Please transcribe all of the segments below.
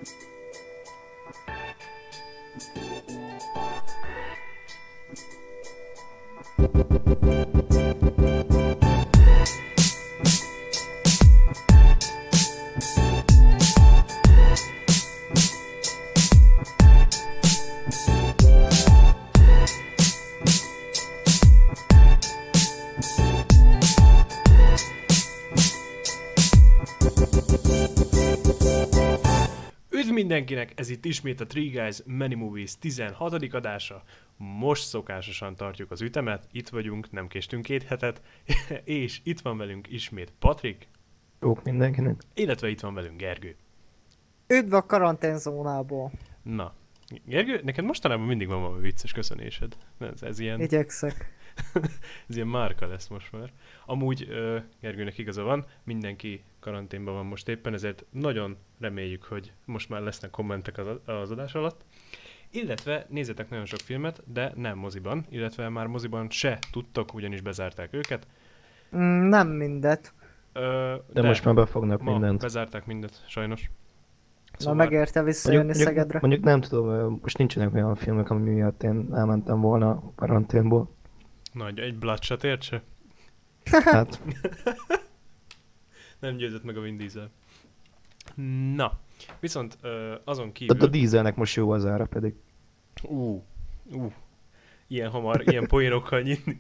Mindenkinek, ez itt ismét a Three Guys Many Movies 16. adása. Most szokásosan tartjuk az ütemet, itt vagyunk, nem késtünk 2 hetet, és itt van velünk ismét Patrik. Jók mindenkinek. Illetve itt van velünk Gergő. Üdv a karanténzónából. Na, Gergő, neked mostanában mindig van valami vicces köszönésed. Ez ilyen... Igyekszek. Ez ilyen márka lesz most már. Amúgy Gergőnek igaza van, mindenki karanténban van most éppen, ezért nagyon reméljük, hogy most már lesznek kommentek az adás alatt. Illetve nézzetek nagyon sok filmet, de nem moziban, illetve már moziban se tudtok, ugyanis bezárták őket. Nem mindet. De most már befognak mindent. Bezárták mindet, sajnos. Szóval... Na megérte visszajönni Szegedre. Mondjuk nem tudom, most nincsenek olyan filmek, ami miatt én elmentem volna a karanténból. Nagy, egy Bloodshot értse? Hát. Nem győzött meg a Vin Diesel. Na, viszont azon kívül... A Dieselnek most jó az ára pedig. Ilyen hamar, ilyen poénokkal nyitni.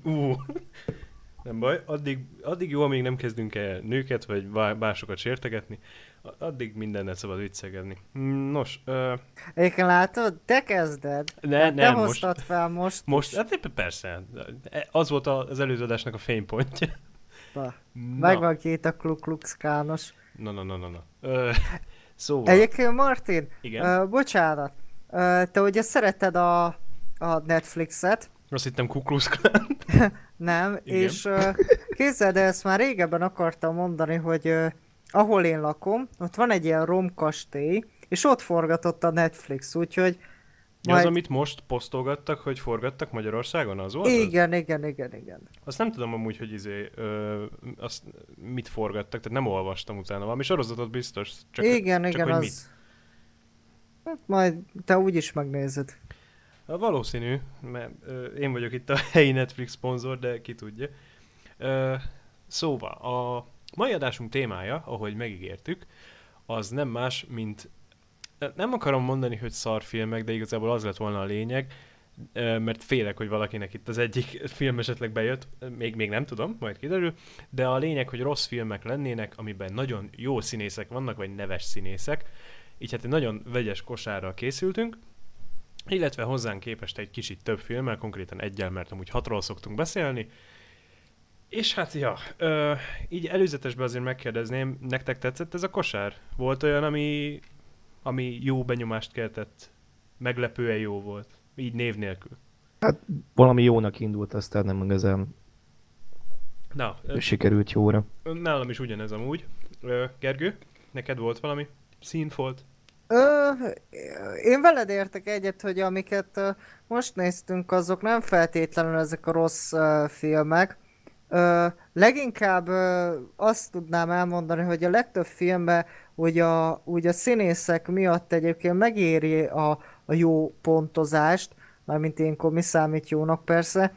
Nem baj, addig jó, amíg nem kezdünk el nőket, vagy másokat sértegetni, addig mindennel szabad viccegetni. Nos... Egyébként látod, te kezded. Te hoztad fel most hát persze, az volt az előző adásnak a fénypontja. Megvan két a Ku Klux Klános. Na. Szóval... Egyébként Martin, igen? Bocsánat, te ugye szereted a Netflixet. Azt hittem Ku Klux Klán. Nem, igen. És képzeld, ezt már régebben akartam mondani, hogy ahol én lakom, ott van egy ilyen romkastély, és ott forgatott a Netflix, úgyhogy... Majd... Az, amit most posztolgattak, hogy forgattak Magyarországon, az volt? Igen. Azt nem tudom amúgy, hogy azt mit forgattak, tehát nem olvastam utána. Valami sorozatot biztos. Igen, hogy az... Mit? Hát majd te úgyis megnézed. Valószínű, mert én vagyok itt a helyi Netflix szponzor, de ki tudja. Szóval, a mai adásunk témája, ahogy megígértük, az nem más, mint... Nem akarom mondani, hogy szarfilmek, de igazából az lett volna a lényeg, mert félek, hogy valakinek itt az egyik film esetleg bejött, még nem tudom, majd kiderül, de a lényeg, hogy rossz filmek lennének, amiben nagyon jó színészek vannak, vagy neves színészek, így hát egy nagyon vegyes kosárral készültünk, illetve hozzánk képest egy kicsit több filmmel, konkrétan egyel, mert amúgy 6-ról szoktunk beszélni. És hát így előzetesben azért megkérdezném, nektek tetszett ez a kosár? Volt olyan, ami jó benyomást keltett, meglepően jó volt, így név nélkül? Hát valami jónak indult, aztán nem igazán sikerült jóra. Nálam is ugyanez amúgy. Gergő, neked volt valami színfolt? Én veled értek egyet, hogy amiket most néztünk, azok nem feltétlenül ezek a rossz filmek. Leginkább azt tudnám elmondani, hogy a legtöbb filmben úgy a színészek miatt egyébként megéri a jó pontozást, mármint ilyenkor mi számít jónak persze.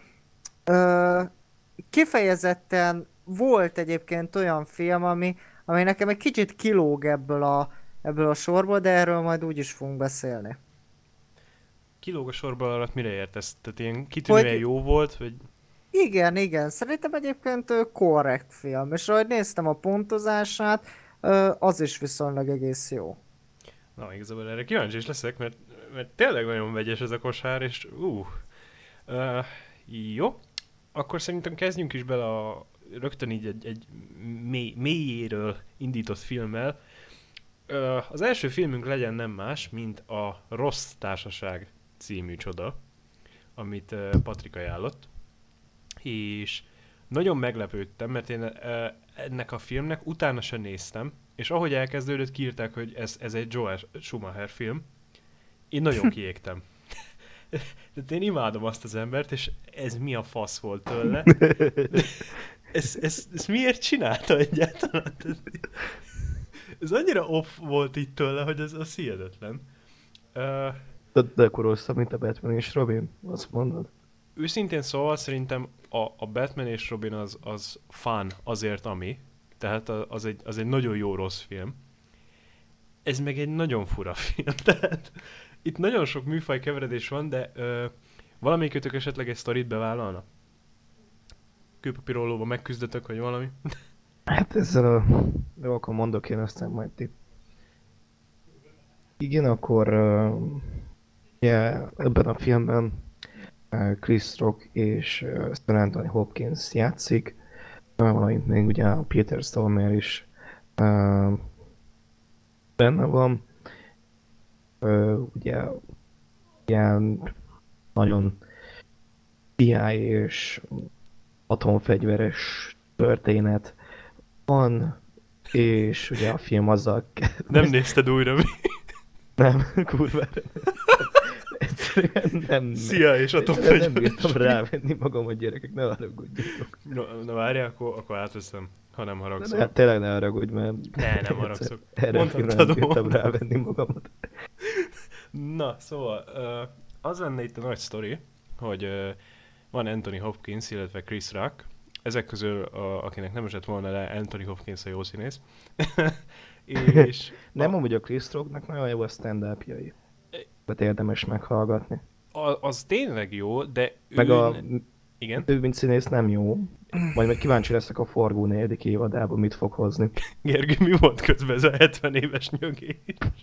Kifejezetten volt egyébként olyan film, ami nekem egy kicsit kilóg ebből a sorból, de erről majd úgyis fogunk beszélni. Kilóg a sorból alatt mire értesz? Tehát ilyen kitűnően jó volt, vagy... Igen. Szerintem egyébként korrekt film, és ahogy néztem a pontozását, az is viszonylag egész jó. Na, igazából erre kíváncsi is leszek, mert tényleg nagyon vegyes ez a kosár, és jó. Akkor szerintem kezdjünk is bele rögtön így egy mélyéről indított filmmel. Az első filmünk legyen nem más, mint a Rossz Társaság című csoda, amit Patrik ajánlott. És nagyon meglepődtem, mert én ennek a filmnek utána sem néztem, és ahogy elkezdődött, kiírták, hogy ez egy Joel Schumacher film. Én nagyon kiégtem. De én imádom azt az embert, és ez mi a fasz volt tőle? Ez miért csinálta egyáltalán? Ez annyira off volt itt tőle, hogy ez hihetetlen. Ö, De akkor rosszabb, mint a Batman és Robin, azt mondod? Őszintén szóval szerintem a Batman és Robin az fun azért, ami. Tehát az egy nagyon jó rossz film. Ez meg egy nagyon fura film. Tehát itt nagyon sok műfaj keveredés van, de valamelyikőtök esetleg egy sztorit bevállalna? Kőpapírólóban megküzdötök, vagy valami? Hát ezzel a... Jó, akkor mondok én, aztán majd ti. Igen, akkor ugye, ebben a filmben Chris Rock és Sir Anthony Hopkins játszik, valamint még ugye a Peter Stormare is benne van. Ugye ilyen nagyon CIA és atomfegyveres történet van, és ugye a film azzal Nem nézted újra mi? nem, kurva. Egyszerűen nem. Szia, és Egyszerűen nem atomfegyveres. bírtam rávenni magam, hogy gyerekek, ne haragudjatok. Na várjál, akkor átveszem, ha nem haragszol. De tényleg ne haragudj, mert Nem haragszok. erre a filmre nem Mondhattad bírtam volna. rávenni magamat. Na, szóval az lenne itt a nagy sztori, hogy van Anthony Hopkins, illetve Chris Rock. Ezek közül, akinek nem esett volna le, Anthony Hopkins a jó színész. És Nem amúgy a Chris Rocknak nagyon jó a stand-upjai. Tehát érdemes meghallgatni. az tényleg jó, de Meg ő... Igen? ő, mint színész nem jó. Majd meg kíváncsi leszek a Forgó 4. évadában, mit fog hozni. Gergő, mi volt közben ez a 70 éves nyögés?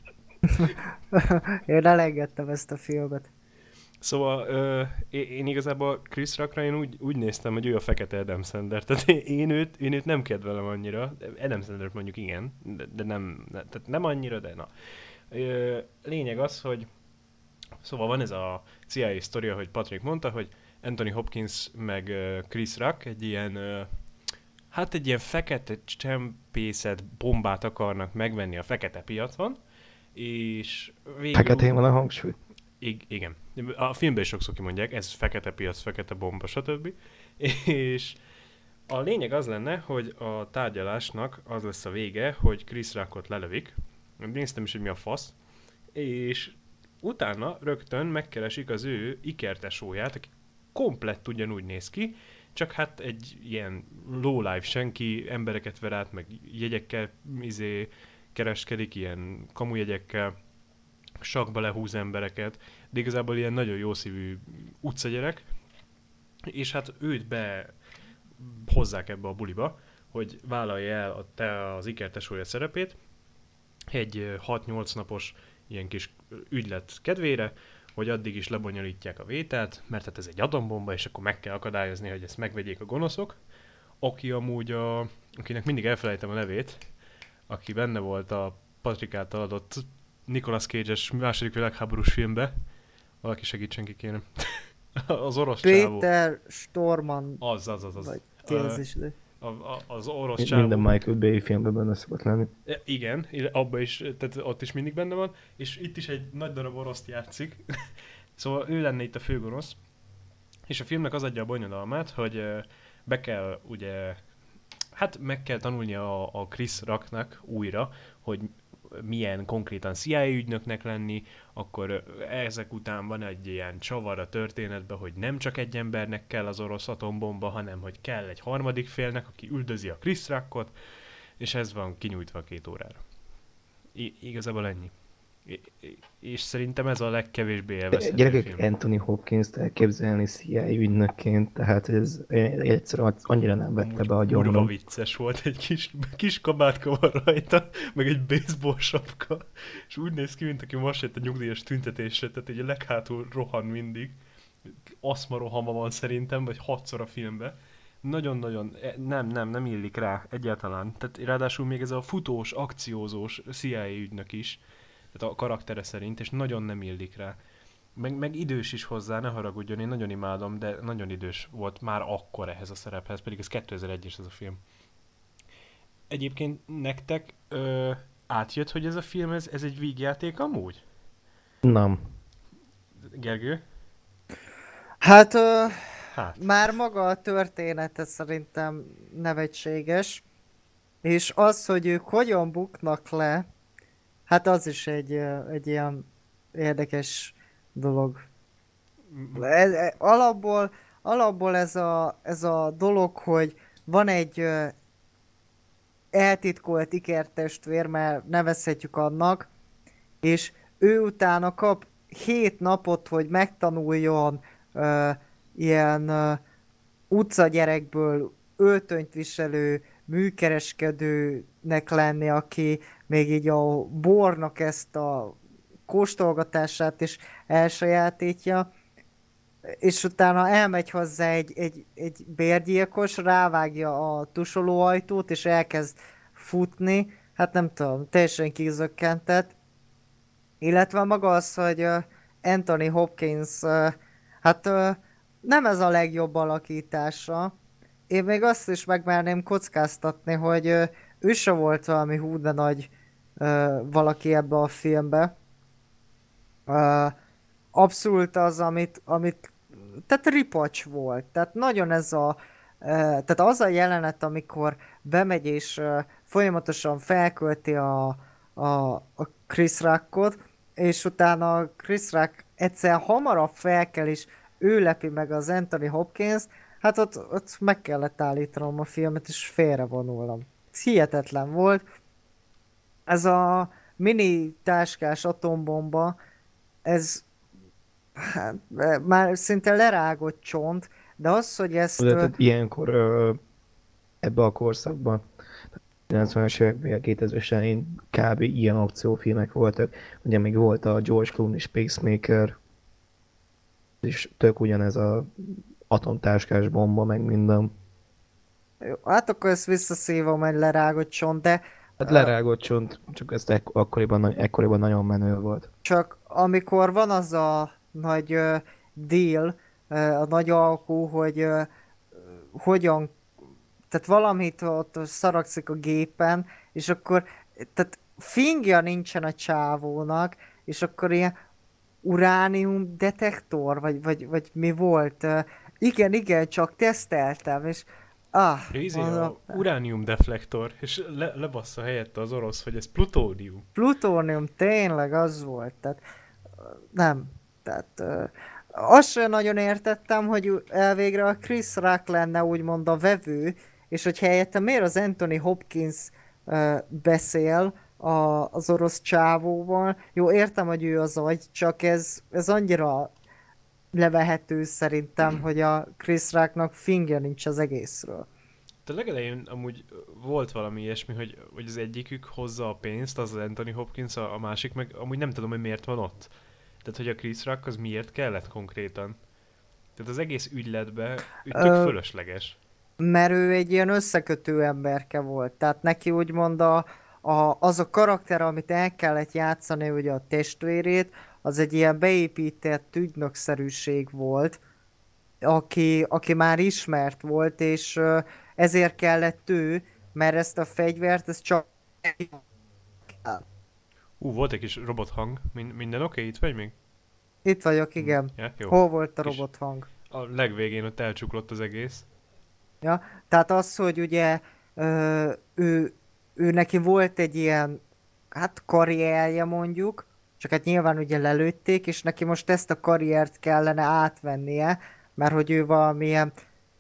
Én elengedtem ezt a filmet. Szóval én igazából Chris Rockra én úgy néztem, hogy ő a fekete Adam Sandler. Tehát én őt nem kedvelem annyira. Adam Sandler mondjuk igen, de nem, tehát nem annyira, de na. Lényeg az, hogy szóval van ez a CIA sztoria, hogy Patrick mondta, hogy Anthony Hopkins meg Chris Rock egy ilyen egy ilyen fekete csempészet bombát akarnak megvenni a fekete piacon, és végül... Feketén van a hangsúly. Igen. A filmben is sokszor kimondják, ez fekete piac, fekete bomba, stb. És a lényeg az lenne, hogy a tárgyalásnak az lesz a vége, hogy Chris Rockot lelövik. Néztem is, hogy mi a fasz. És utána rögtön megkeresik az ő ikertesóját, aki komplett ugyanúgy néz ki, csak hát egy ilyen low-life senki, embereket ver át, meg jegyekkel kereskedik, ilyen kamujegyekkel, sakba lehúz embereket, de igazából ilyen nagyon jó szívű utcagyerek, és hát őt hozzák ebbe a buliba, hogy vállalja el az ikertesója szerepét egy 6-8 napos ilyen kis ügylet kedvére, hogy addig is lebonyolítják a vételt, mert hát ez egy atombomba, és akkor meg kell akadályozni, hogy ezt megvegyék a gonoszok. Aki amúgy akinek mindig elfelejtem a nevét, aki benne volt a Patrick által adott Nicolas Cage-es második világháborús filmbe. Valaki segítsen ki, kérem. Az orosz csávó. Peter Storman. Az. Vagy kérdezés, de... Az orosz csávó. Minden Michael Bay filmben benne szokott lenni. Igen, abban is, tehát ott is mindig benne van, és itt is egy nagy darab oroszt játszik. Szóval ő lenne itt a főgonosz. És a filmnek az adja a bonyodalmát, hogy be kell ugye, hát meg kell tanulnia a Chris Rocknak újra, hogy milyen konkrétan CIA ügynöknek lenni, akkor ezek után van egy ilyen csavar a történetben, hogy nem csak egy embernek kell az orosz atombomba, hanem hogy kell egy harmadik félnek, aki üldözi a Chris Rockot, és ez van kinyújtva 2 órára. Igazából ennyi. És szerintem ez a legkevésbé élvezhető Gyerekek, film. Anthony Hopkins-t elképzelni CIA ügynökként, tehát ez egyszerűen annyira nem vette be a Kurva gyomrom. vicces volt, egy kis kabátka van rajta, meg egy baseball sapka, és úgy néz ki, mint aki most jött a nyugdíjas tüntetésre, tehát egy leghátul rohan mindig. Aszma rohama van szerintem, vagy 6-szor a filmben. Nagyon-nagyon, nem illik rá egyáltalán. Tehát ráadásul még ez a futós, akciózós CIA ügynök is, tehát a karaktere szerint, és nagyon nem illik rá. Meg idős is hozzá, ne haragudjon, én nagyon imádom, de nagyon idős volt már akkor ehhez a szerephez, pedig ez 2001-es ez a film. Egyébként nektek átjött, hogy ez a film, ez egy vígjáték amúgy? Nem. Hát, Hát. már maga a története szerintem nevetséges. és az, hogy ők hogyan buknak le, hát az is egy ilyen érdekes dolog. Alapból ez a dolog, hogy van egy eltitkolt ikertestvér, mert nevezhetjük annak, és ő utána kap 7 napot, hogy megtanuljon ö, ilyen utcagyerekből öltönyt viselő műkereskedőnek lenni, aki még így a bornak ezt a kóstolgatását is elsajátítja, és utána elmegy hozzá egy bérgyilkos, rávágja a tusolóajtót, és elkezd futni, hát nem tudom, teljesen kizökkentett. Illetve maga az, hogy Anthony Hopkins, hát nem ez a legjobb alakítása. Én még azt is megmerném kockáztatni, hogy ő se volt valami hú de nagy valaki ebbe a filmbe. Ö, Abszolút az, amit tehát ripacs volt. Tehát nagyon ez a tehát az a jelenet, amikor bemegy és folyamatosan felkölti a Chris Rockot, és utána Chris Rock egyszer hamarabb felkel, és ő lepi meg az Anthony Hopkins, hát ott meg kellett állítanom a filmet, és félrevonulnom. Ez hihetetlen volt. Ez a mini táskás atombomba, ez hát, már szinte lerágott csont, de az, hogy ezt... De tehát ilyenkor ebbe a korszakban, 90-es években, 2000-es elején kb. Ilyen akciófilmek voltak. Ugye még volt a George Clooney Pacemaker, és tök ugyanez a atomtáskás bomba, meg minden. Jó, hát akkor ezt visszaszívom egy lerágott csont, de Hát lerágott csont, csak ezt ekkoriban nagyon menő volt. csak amikor van az a nagy deal, a nagy alkú, hogy hogyan, tehát valamit ott szaragszik a gépen, és akkor, tehát fingja nincsen a csávónak, és akkor ilyen uránium detektor, vagy mi volt? Igen, csak teszteltem, és A uránium deflektor, és lebassza helyette az orosz, hogy ez plutónium. plutónium tényleg az volt, tehát nem, tehát azt sem nagyon értettem, hogy elvégre a Chris Rock lenne úgymond a vevő, és hogy helyette miért az Anthony Hopkins beszél az orosz csávóval. Jó, értem, hogy ő az agy, csak ez annyira levehető szerintem, hogy a Chris Rocknak fingja nincs az egészről. De legelején amúgy volt valami ilyesmi, hogy az egyikük hozza a pénzt, az Anthony Hopkins, a másik meg amúgy nem tudom, hogy miért van ott. Tehát, hogy a Chris Rock az miért kellett konkrétan. Tehát az egész ügyletbe ő tök fölösleges. Mert ő egy ilyen összekötő emberke volt. Tehát neki úgymond az a karakter, amit el kellett játszani, ugye a testvérét, az egy ilyen beépített ügynökszerűség volt, aki már ismert volt, és ezért kellett ő, mert ezt a fegyvert, ez csak... Volt egy kis robothang. Minden oké? Itt vagy még? Itt vagyok, igen. Ja, jó. Hol volt a robothang? A legvégén ott elcsuklott az egész. Ja, tehát az, hogy ugye ő neki volt egy ilyen, hát karrierje mondjuk, csak hát nyilván ugye lelőtték, és neki most ezt a karriert kellene átvennie, mert hogy ő valamilyen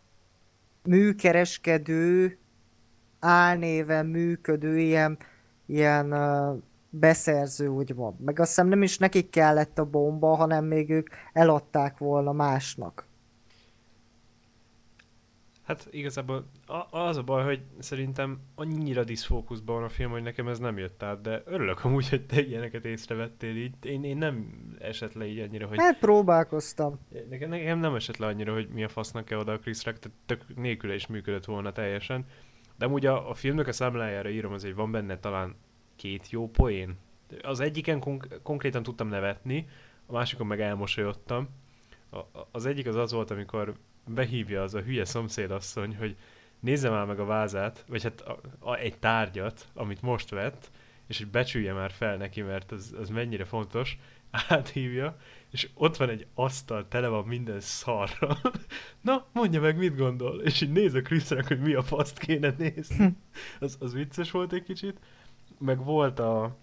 műkereskedő, álnéven működő, ilyen beszerző, úgymond. Meg azt hiszem nem is nekik kellett a bomba, hanem még ők eladták volna másnak. Hát igazából az a baj, hogy szerintem annyira diszfókuszban van a film, hogy nekem ez nem jött át, de örülök amúgy, hogy te ilyeneket észrevettél így. Én nem esett le így annyira, hogy... Hát próbálkoztam. Nekem nem esett le annyira, hogy mi a fasznak kell oda a Chris Rock, tehát tök nélküle is működött volna teljesen. De amúgy a filmnek a számlájára írom, az, hogy van benne talán 2 jó poén. Az egyiken konkrétan tudtam nevetni, a másikon meg elmosolyodtam. Az egyik az volt, amikor behívja az a hülye szomszédasszony, hogy nézze már meg a vázát, vagy hát egy tárgyat, amit most vett, és hogy becsülje már fel neki, mert az mennyire fontos, áthívja, és ott van egy asztal, tele van minden szarral. Na, mondja meg, mit gondol? És így néz a Chris Rock, hogy mi a faszt kéne nézni. Az vicces volt egy kicsit. Meg volt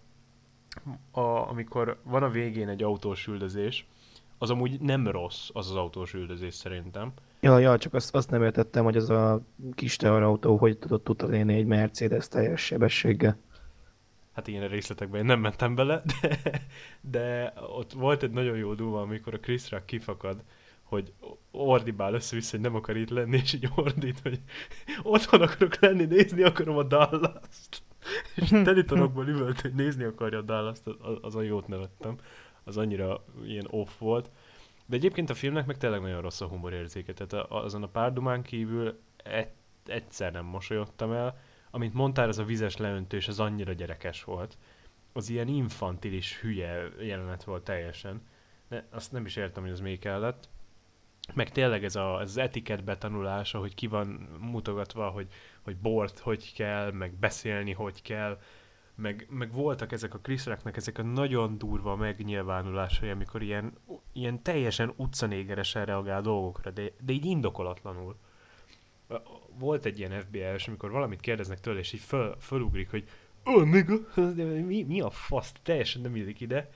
amikor van a végén egy autós üldözés, az amúgy nem rossz, az autós üldözés szerintem. Ja, csak azt nem értettem, hogy az a kis teherautó hogy tudott utalni egy Mercedes teljes sebességgel. Hát ilyen részletekben én nem mentem bele, de ott volt egy nagyon jó duma, amikor a Chris Rock kifakad, hogy ordibál össze-vissza, hogy nem akar itt lenni, és így ordít, hogy otthon akarok lenni, nézni akarom a Dallast. És telitonokból üvölt, hogy nézni akarja a Dallast, azon jót nevettem. Az annyira ilyen off volt. De egyébként a filmnek meg tényleg nagyon rossz a humorérzéke, tehát azon a pár dumán kívül egyszer nem mosolyodtam el. Amint mondtál, az a vizes leöntős, az annyira gyerekes volt. Az ilyen infantilis, hülye jelenet volt teljesen. Azt nem is értem, hogy az még kellett. Meg tényleg ez az etikett betanulása, hogy ki van mutogatva, hogy bort hogy kell, meg beszélni hogy kell, meg voltak ezek a Chris Rocknak ezek a nagyon durva megnyilvánulásai, amikor ilyen teljesen utcanégeresen reagál dolgokra, de így indokolatlanul. Volt egy ilyen FBI-s, amikor valamit kérdeznek tőle, és így fölugrik, hogy nigga, mi a fasz, teljesen nem illik ide.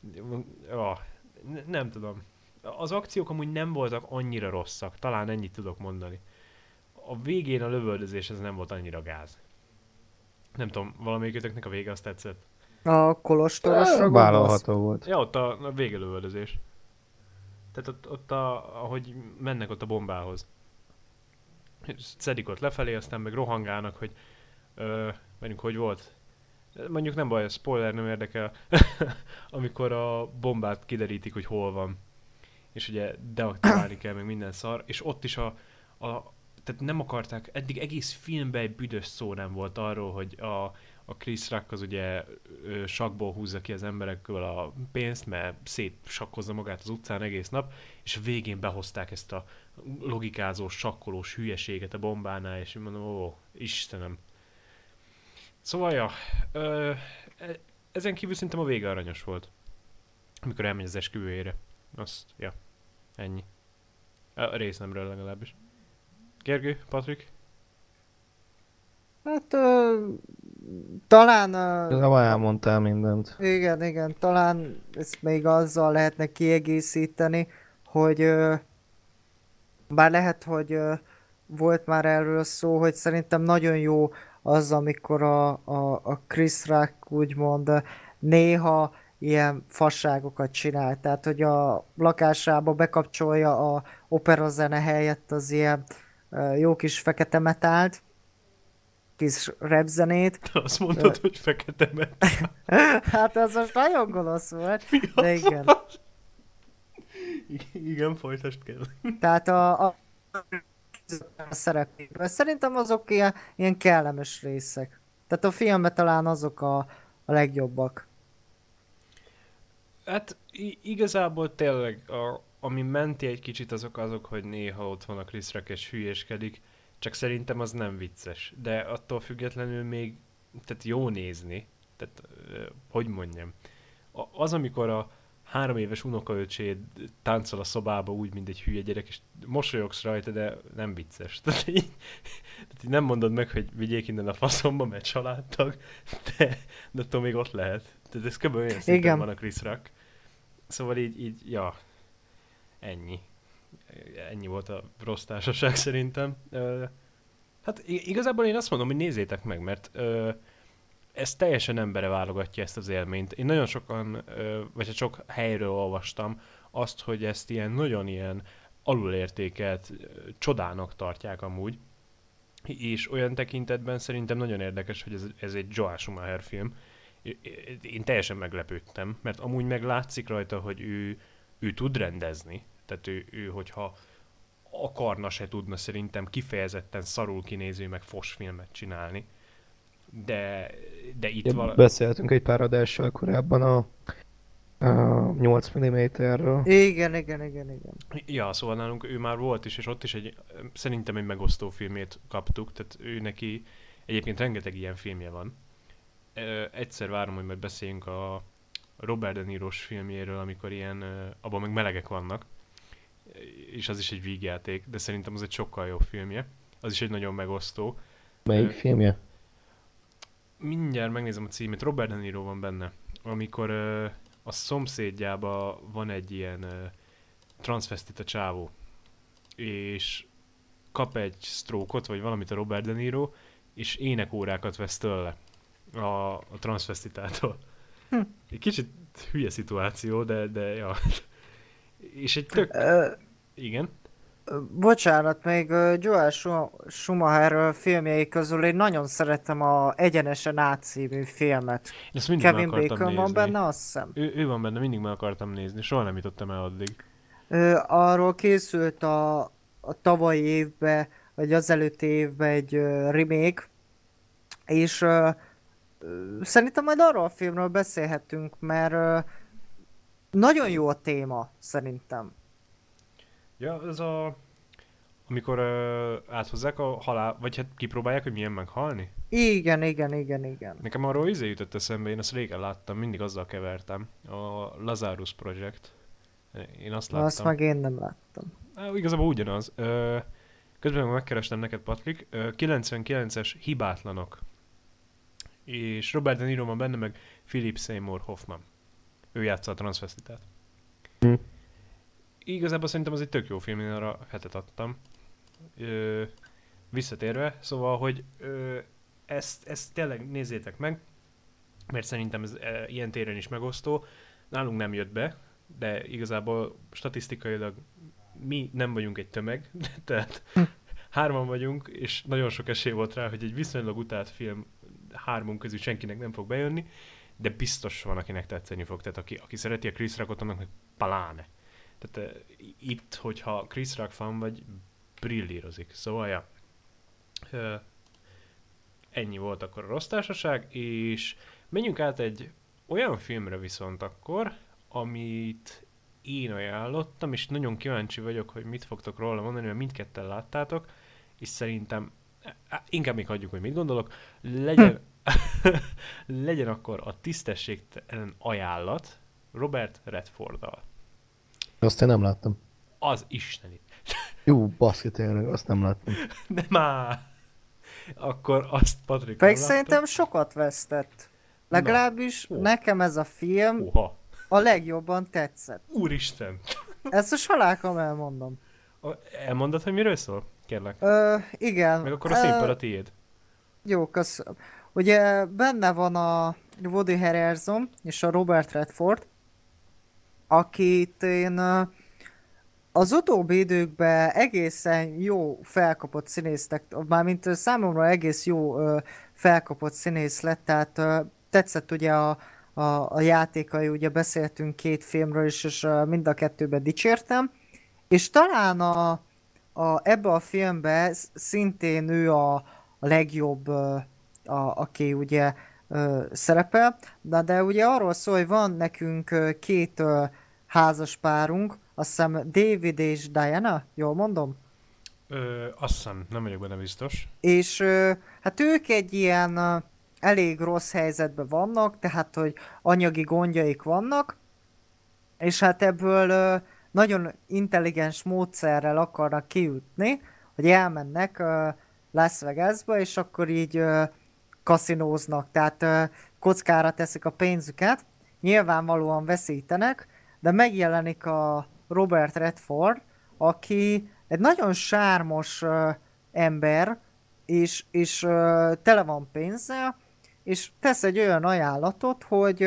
Nem tudom. Az akciók amúgy nem voltak annyira rosszak, talán ennyit tudok mondani. A végén a lövöldözés ez nem volt annyira gáz. Nem tudom, valamelyikötöknek a vége azt tetszett? A kolostorosra gondolsz? Vállalható volt. Ja, ott a vége lövöldözés. Tehát ott ahogy mennek ott a bombához. Szedik ott lefelé, aztán meg rohangálnak, hogy menjünk, hogy volt. Mondjuk nem baj, a spoiler nem érdekel. Amikor a bombát kiderítik, hogy hol van. És ugye deaktiválni kell, meg minden szar. És ott is tehát nem akarták, eddig egész filmben egy büdös szó nem volt arról, hogy a Chris Rock az ugye sakkból húzza ki az emberekből a pénzt, mert szétsakkozza magát az utcán egész nap, és a végén behozták ezt a logikázós, sakkolós hülyeséget a bombánál, és mondom, ó, Istenem. Szóval, ja, ezen kívül szerintem a vége aranyos volt. Amikor elmegy az esküvőjére. Azt, ja, ennyi. A részemről legalábbis. Gergő, Patrik? Hát talán... Igazából elmondtál mindent. Igen, talán ezt még azzal lehetne kiegészíteni, hogy bár lehet, hogy volt már erről szó, hogy szerintem nagyon jó az, amikor a Chris Rock úgymond néha ilyen fasságokat csinál. Tehát, hogy a lakásába bekapcsolja a operazene helyett az ilyen jó kis fekete metált, kis rapzenét. Azt mondod, hogy fekete metal. Hát ez most nagyon gonosz volt, de igen. Igen, folytasd kell. Tehát a szerepéből. Szerintem azok ilyen kellemes részek. Tehát a filmben talán azok a legjobbak. Hát igazából tényleg, ami menti egy kicsit azok, hogy néha ott van a Chris Rock és hülyéskedik, csak szerintem az nem vicces. De attól függetlenül még, tehát jó nézni. Tehát, hogy mondjam, az, amikor a 3 éves unokaöcséd táncol a szobába úgy, mint egy hülye gyerek, és mosolyogsz rajta, de nem vicces. Tehát így nem mondod meg, hogy vigyék innen a faszomba, mert családtag, de attól még ott lehet. Tehát ez kb. Olyan szinten van a Chris Rock. Szóval így, ja, ennyi. Ennyi volt a rossz társaság szerintem. Hát igazából én azt mondom, hogy nézzétek meg, mert ez teljesen embere válogatja ezt az élményt. Én nagyon sokan, vagy sok helyről olvastam azt, hogy ezt nagyon ilyen alulértékelt csodának tartják amúgy. És olyan tekintetben szerintem nagyon érdekes, hogy ez egy Joel Schumacher film. Én teljesen meglepődtem, mert amúgy meg látszik rajta, hogy ő tud rendezni. Tehát ő hogyha akarna, se tudna szerintem kifejezetten szarul kinéző, meg fos filmet csinálni. De itt Beszéltünk egy pár adással korábban a 8 mm-ről. Igen. Ja, szóval nálunk ő már volt is, és ott is szerintem egy megosztó filmét kaptuk, tehát ő neki egyébként rengeteg ilyen filmje van. egyszer várom, hogy majd beszéljünk a Robert De Niro-s filmjéről, amikor ilyen, abban meg melegek vannak, és az is egy vígjáték, de szerintem az egy sokkal jobb filmje. Az is egy nagyon megosztó. Melyik filmje? Mindjárt megnézem a címét, Robert De Niro van benne. Amikor a szomszédjában van egy ilyen transvestita csávó, és kap egy stroke-ot, vagy valamit a Robert De Niro, és énekórákat vesz tőle a transvestitától. Egy kicsit hülye szituáció, de ja. És egy tök... Igen? Bocsánat, még Joel Schumacher filmjei közül én nagyon szeretem a Egyenesen át című filmet. Ezt mindig Kevin meg akartam Bacon nézni. van benne, azt hiszem. Ő van benne, mindig meg akartam nézni, soha nem jutottam el addig. Arról készült a tavalyi évben, vagy az előtti évben egy remake, és szerintem majd arról a filmről beszélhetünk, mert nagyon jó a téma, szerintem. Ja, ez amikor áthozzák a halál, vagy hát kipróbálják, hogy milyen meghalni? Igen. Nekem arról jutott eszembe, én azt régen láttam, mindig azzal kevertem. A Lazarus Project. Én azt láttam. Azt meg én nem láttam. Igazából ugyanaz. Közben meg megkerestem neked, Patrik. 99-es Hibátlanok. És Robert De Niro van benne, meg Philip Seymour Hoffman. Ő játsza a transvestitát. Igazából szerintem az egy tök jó film, én arra hetet adtam. Visszatérve, szóval, hogy ezt tényleg nézzétek meg, mert szerintem ez ilyen téren is megosztó. Nálunk nem jött be, de igazából statisztikailag mi nem vagyunk egy tömeg, tehát hárman vagyunk, és nagyon sok esély volt rá, hogy egy viszonylag utált film hármunk közül senkinek nem fog bejönni, de biztos van, akinek tetszeni fog. Tehát aki szereti a Chris Rockot, annak meg paláne. Tehát itt, hogyha Chris Rock fan vagy, brillírozik. Szóval, ja. Ennyi volt akkor a Rossz Társaság, és menjünk át egy olyan filmre viszont akkor, amit én ajánlottam, és nagyon kíváncsi vagyok, hogy mit fogtok róla mondani, mert mindketten láttátok, és szerintem inkább még hagyjuk, hogy mit gondolok. Legyen akkor a tisztességtelen ajánlat Robert Redforddal. Azt én nem láttam. Az istenit. Jó, baszki, tényleg, azt nem láttam. De már! Akkor azt Patrik Pedig nem szerintem sokat vesztett. Legalábbis nekem ez a film Oha. a legjobban tetszett. Úristen! Ezt most halálkom elmondom. Elmondod, hogy miről szól? Kérlek. Igen. Meg akkor a színpad a tiéd. Jó, köszönöm. Ugye benne van a Woody Harrelson és a Robert Redford, akit én az utóbbi időkben egészen jó felkapott színésznek, mármint számomra egész jó felkapott színész lett, tehát tetszett ugye a játékai, ugye beszéltünk két filmről is, és mind a kettőben dicsértem, és talán ebbe a filmbe szintén ő a legjobb, aki ugye szerepel, de ugye arról szól, hogy van nekünk két házas párunk, azt hiszem David és Diana, jól mondom? Azt hiszem, nem vagyok benne biztos. És hát ők egy ilyen elég rossz helyzetben vannak, tehát hogy anyagi gondjaik vannak, és hát ebből nagyon intelligens módszerrel akarnak kijutni, hogy elmennek Las Vegasba, és akkor így kaszinóznak, tehát kockára teszik a pénzüket, nyilvánvalóan veszítenek, de megjelenik a Robert Redford, aki egy nagyon sármos ember, és tele van pénzzel, és tesz egy olyan ajánlatot, hogy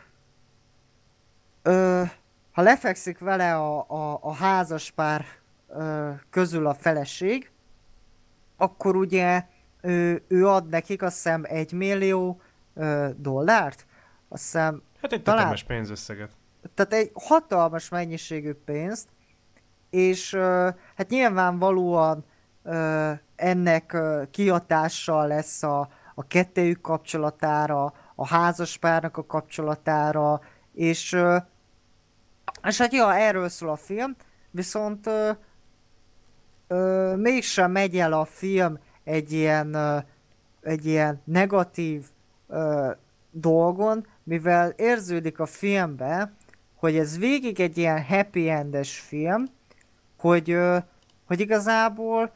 ha lefekszik vele a házaspár közül a feleség, akkor ugye ő ad nekik azt hiszem $1 millió, azt hiszem, Hát egy tetemes pénzösszeget. Tehát egy hatalmas mennyiségű pénzt, és hát nyilvánvalóan ennek kihatással lesz a kettejük kapcsolatára, a házaspárnak a kapcsolatára, és hát ja, erről szól a film, viszont mégsem megy el a film egy ilyen negatív dolgon, mivel érződik a filmbe, hogy ez végig egy ilyen happy endes film, hogy, hogy igazából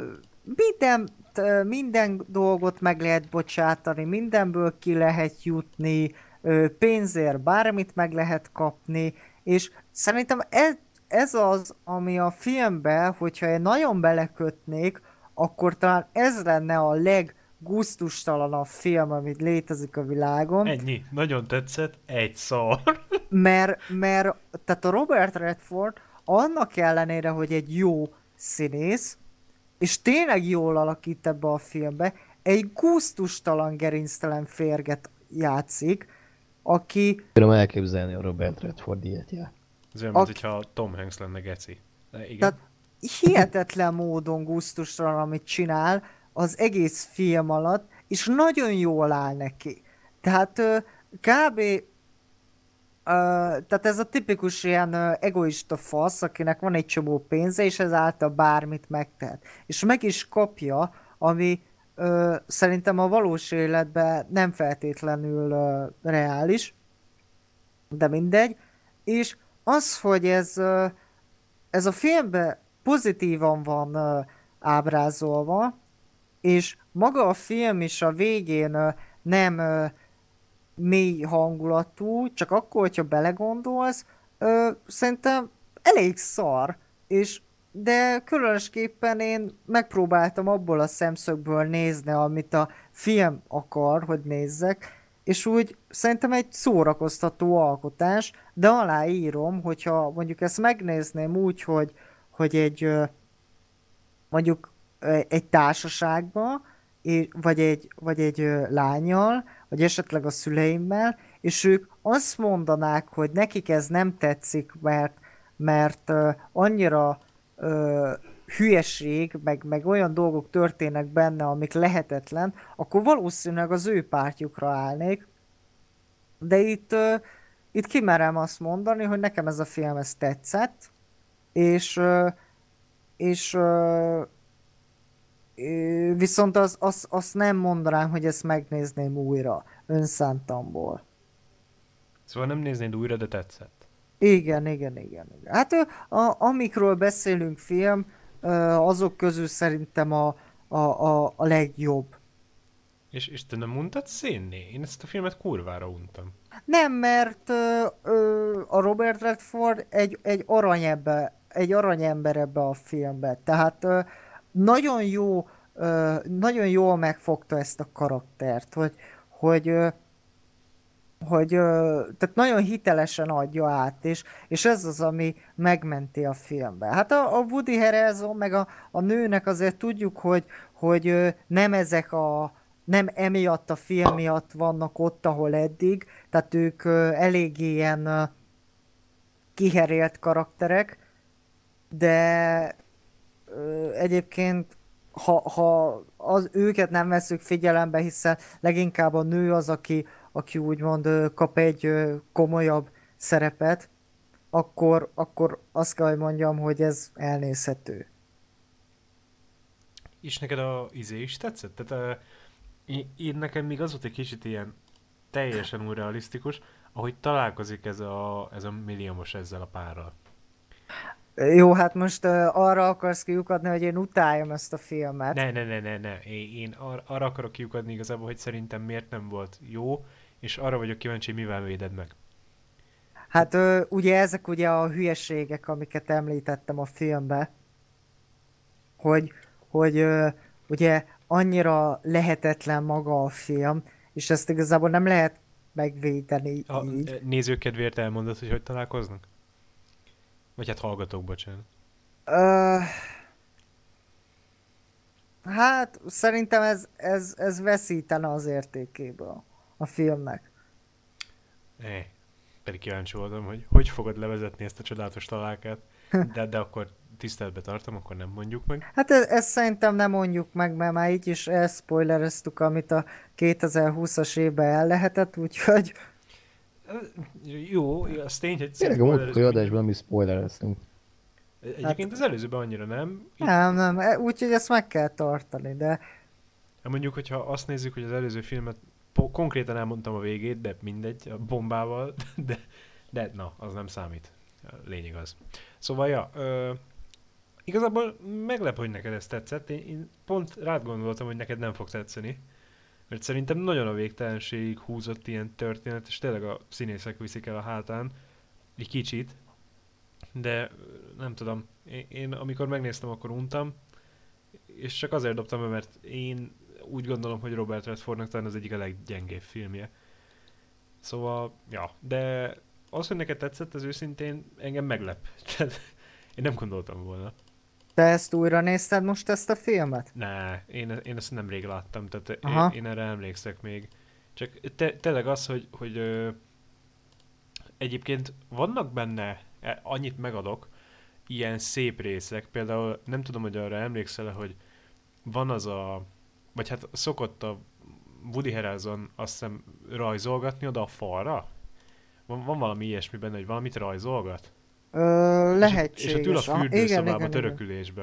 minden dolgot meg lehet bocsátani, mindenből ki lehet jutni, pénzért bármit meg lehet kapni, és szerintem ez az, ami a filmben, hogyha én nagyon belekötnék, akkor talán ez lenne a leggusztustalanabb film, amit létezik a világon. Ennyi. Nagyon tetszett. Egy szar. Mert tehát a Robert Redford annak ellenére, hogy egy jó színész, és tényleg jól alakít ebbe a filmbe, egy gusztustalan, gerinctelen férget játszik, aki... Tudom elképzelni a Robert Redford ilyetját. Ez olyan, mint hogyha Tom Hanks lenne geci. De igen. Tehát hihetetlen módon gusztustalan, amit csinál az egész film alatt, és nagyon jól áll neki. Tehát kb. Tehát ez a tipikus ilyen egoista fasz, akinek van egy csomó pénze, és ezáltal bármit megtehet. És meg is kapja, ami szerintem a valós életben nem feltétlenül reális, de mindegy. És az, hogy ez a filmben pozitívan van ábrázolva, és maga a film is a végén nem mély hangulatú, csak akkor, hogyha belegondolsz, szerintem elég szar, de különösképpen én megpróbáltam abból a szemszögből nézni, amit a film akar, hogy nézzek, és úgy szerintem egy szórakoztató alkotás, de aláírom, hogyha mondjuk ezt megnézném úgy, hogy mondjuk egy társaságba, vagy egy lányjal, vagy esetleg a szüleimmel, és ők azt mondanák, hogy nekik ez nem tetszik, mert annyira hülyeség, meg olyan dolgok történnek benne, amik lehetetlen, akkor valószínűleg az ő pártjukra állnék. De itt kimerem azt mondani, hogy nekem ez a film ez tetszett, és viszont azt nem mondanám, hogy ezt megnézném újra, önszántamból. Szóval nem néznéd újra, de tetszett. Igen. Hát amikről beszélünk film, azok közül szerintem a legjobb. És te nem untad szénné? Én ezt a filmet kurvára untam. Nem, mert a Robert Redford egy aranyember ebbe a filmbe. Tehát nagyon jól megfogta ezt a karaktert, tehát nagyon hitelesen adja át, és ez az, ami megmenti a filmbe. Hát a Woody Harrelson meg a nőnek azért tudjuk, hogy nem emiatt a film miatt vannak ott, ahol eddig, tehát ők elég ilyen kiherélt karakterek, de egyébként ha őket nem veszük figyelembe, hiszen leginkább a nő az, aki úgymond kap egy komolyabb szerepet, akkor azt kell, hogy mondjam, hogy ez elnézhető. És neked a izé is tetszett? Tehát én nekem még az volt egy kicsit ilyen teljesen unrealisztikus, ahogy találkozik ez a milliómos ezzel a párral. Jó, hát most arra akarsz kiukadni, hogy én utáljam ezt a filmet. Ne. Én arra akarok kiukadni igazából, hogy szerintem miért nem volt jó, és arra vagyok kíváncsi, mivel véded meg. Hát ugye ezek ugye a hülyeségek, amiket említettem a filmben, hogy ugye annyira lehetetlen maga a film, és ezt igazából nem lehet megvédeni így. Nézők kedvéért elmondod, hogy találkoznak? Vagy hát hallgatók, bocsánat. Hát szerintem ez veszítene az értékéből a filmnek. Pedig kíváncsi voltam, hogy fogod levezetni ezt a csodálatos találkát, de akkor tiszteletbe tartom, akkor nem mondjuk meg. Hát ezt szerintem nem mondjuk meg, mert már így is elspoilereztük, amit a 2020-as évben el lehetett, úgyhogy... Jó, az tény, hogy... Tényleg a múltkori adásban mi spoilereztünk. Egyébként az előzőben annyira nem. Nem, úgyhogy ezt meg kell tartani, de... Mondjuk, hogyha azt nézzük, hogy az előző filmet konkrétan elmondtam a végét, de mindegy, a bombával, de na, az nem számít. A lényeg az. Szóval, ja, igazából meglep, hogy neked ez tetszett. Én pont rád gondoltam, hogy neked nem fog tetszeni. Mert szerintem nagyon a végtelenségig húzott ilyen történet, és tényleg a színészek viszik el a hátán. Egy kicsit. De nem tudom. Én amikor megnéztem, akkor untam. És csak azért dobtam be, mert én úgy gondolom, hogy Robert Redfordnak talán az egyik a leggyengébb filmje. Szóval, ja, de az, hogy neked tetszett, az őszintén engem meglep. Tehát én nem gondoltam volna. Te ezt újra nézted most ezt a filmet? Ne, én ezt nemrég láttam, tehát én erre emlékszek még. Csak tényleg az, hogy egyébként vannak benne, annyit megadok, ilyen szép részek, például nem tudom, hogy arra emlékszel, hogy van az vagy hát szokott a Woody Harrelson azt hiszem rajzolgatni oda a falra? Van valami ilyesmi benne, hogy valamit rajzolgat? Lehetséges. És ott ül a fürdőszobába igen. törökülésbe.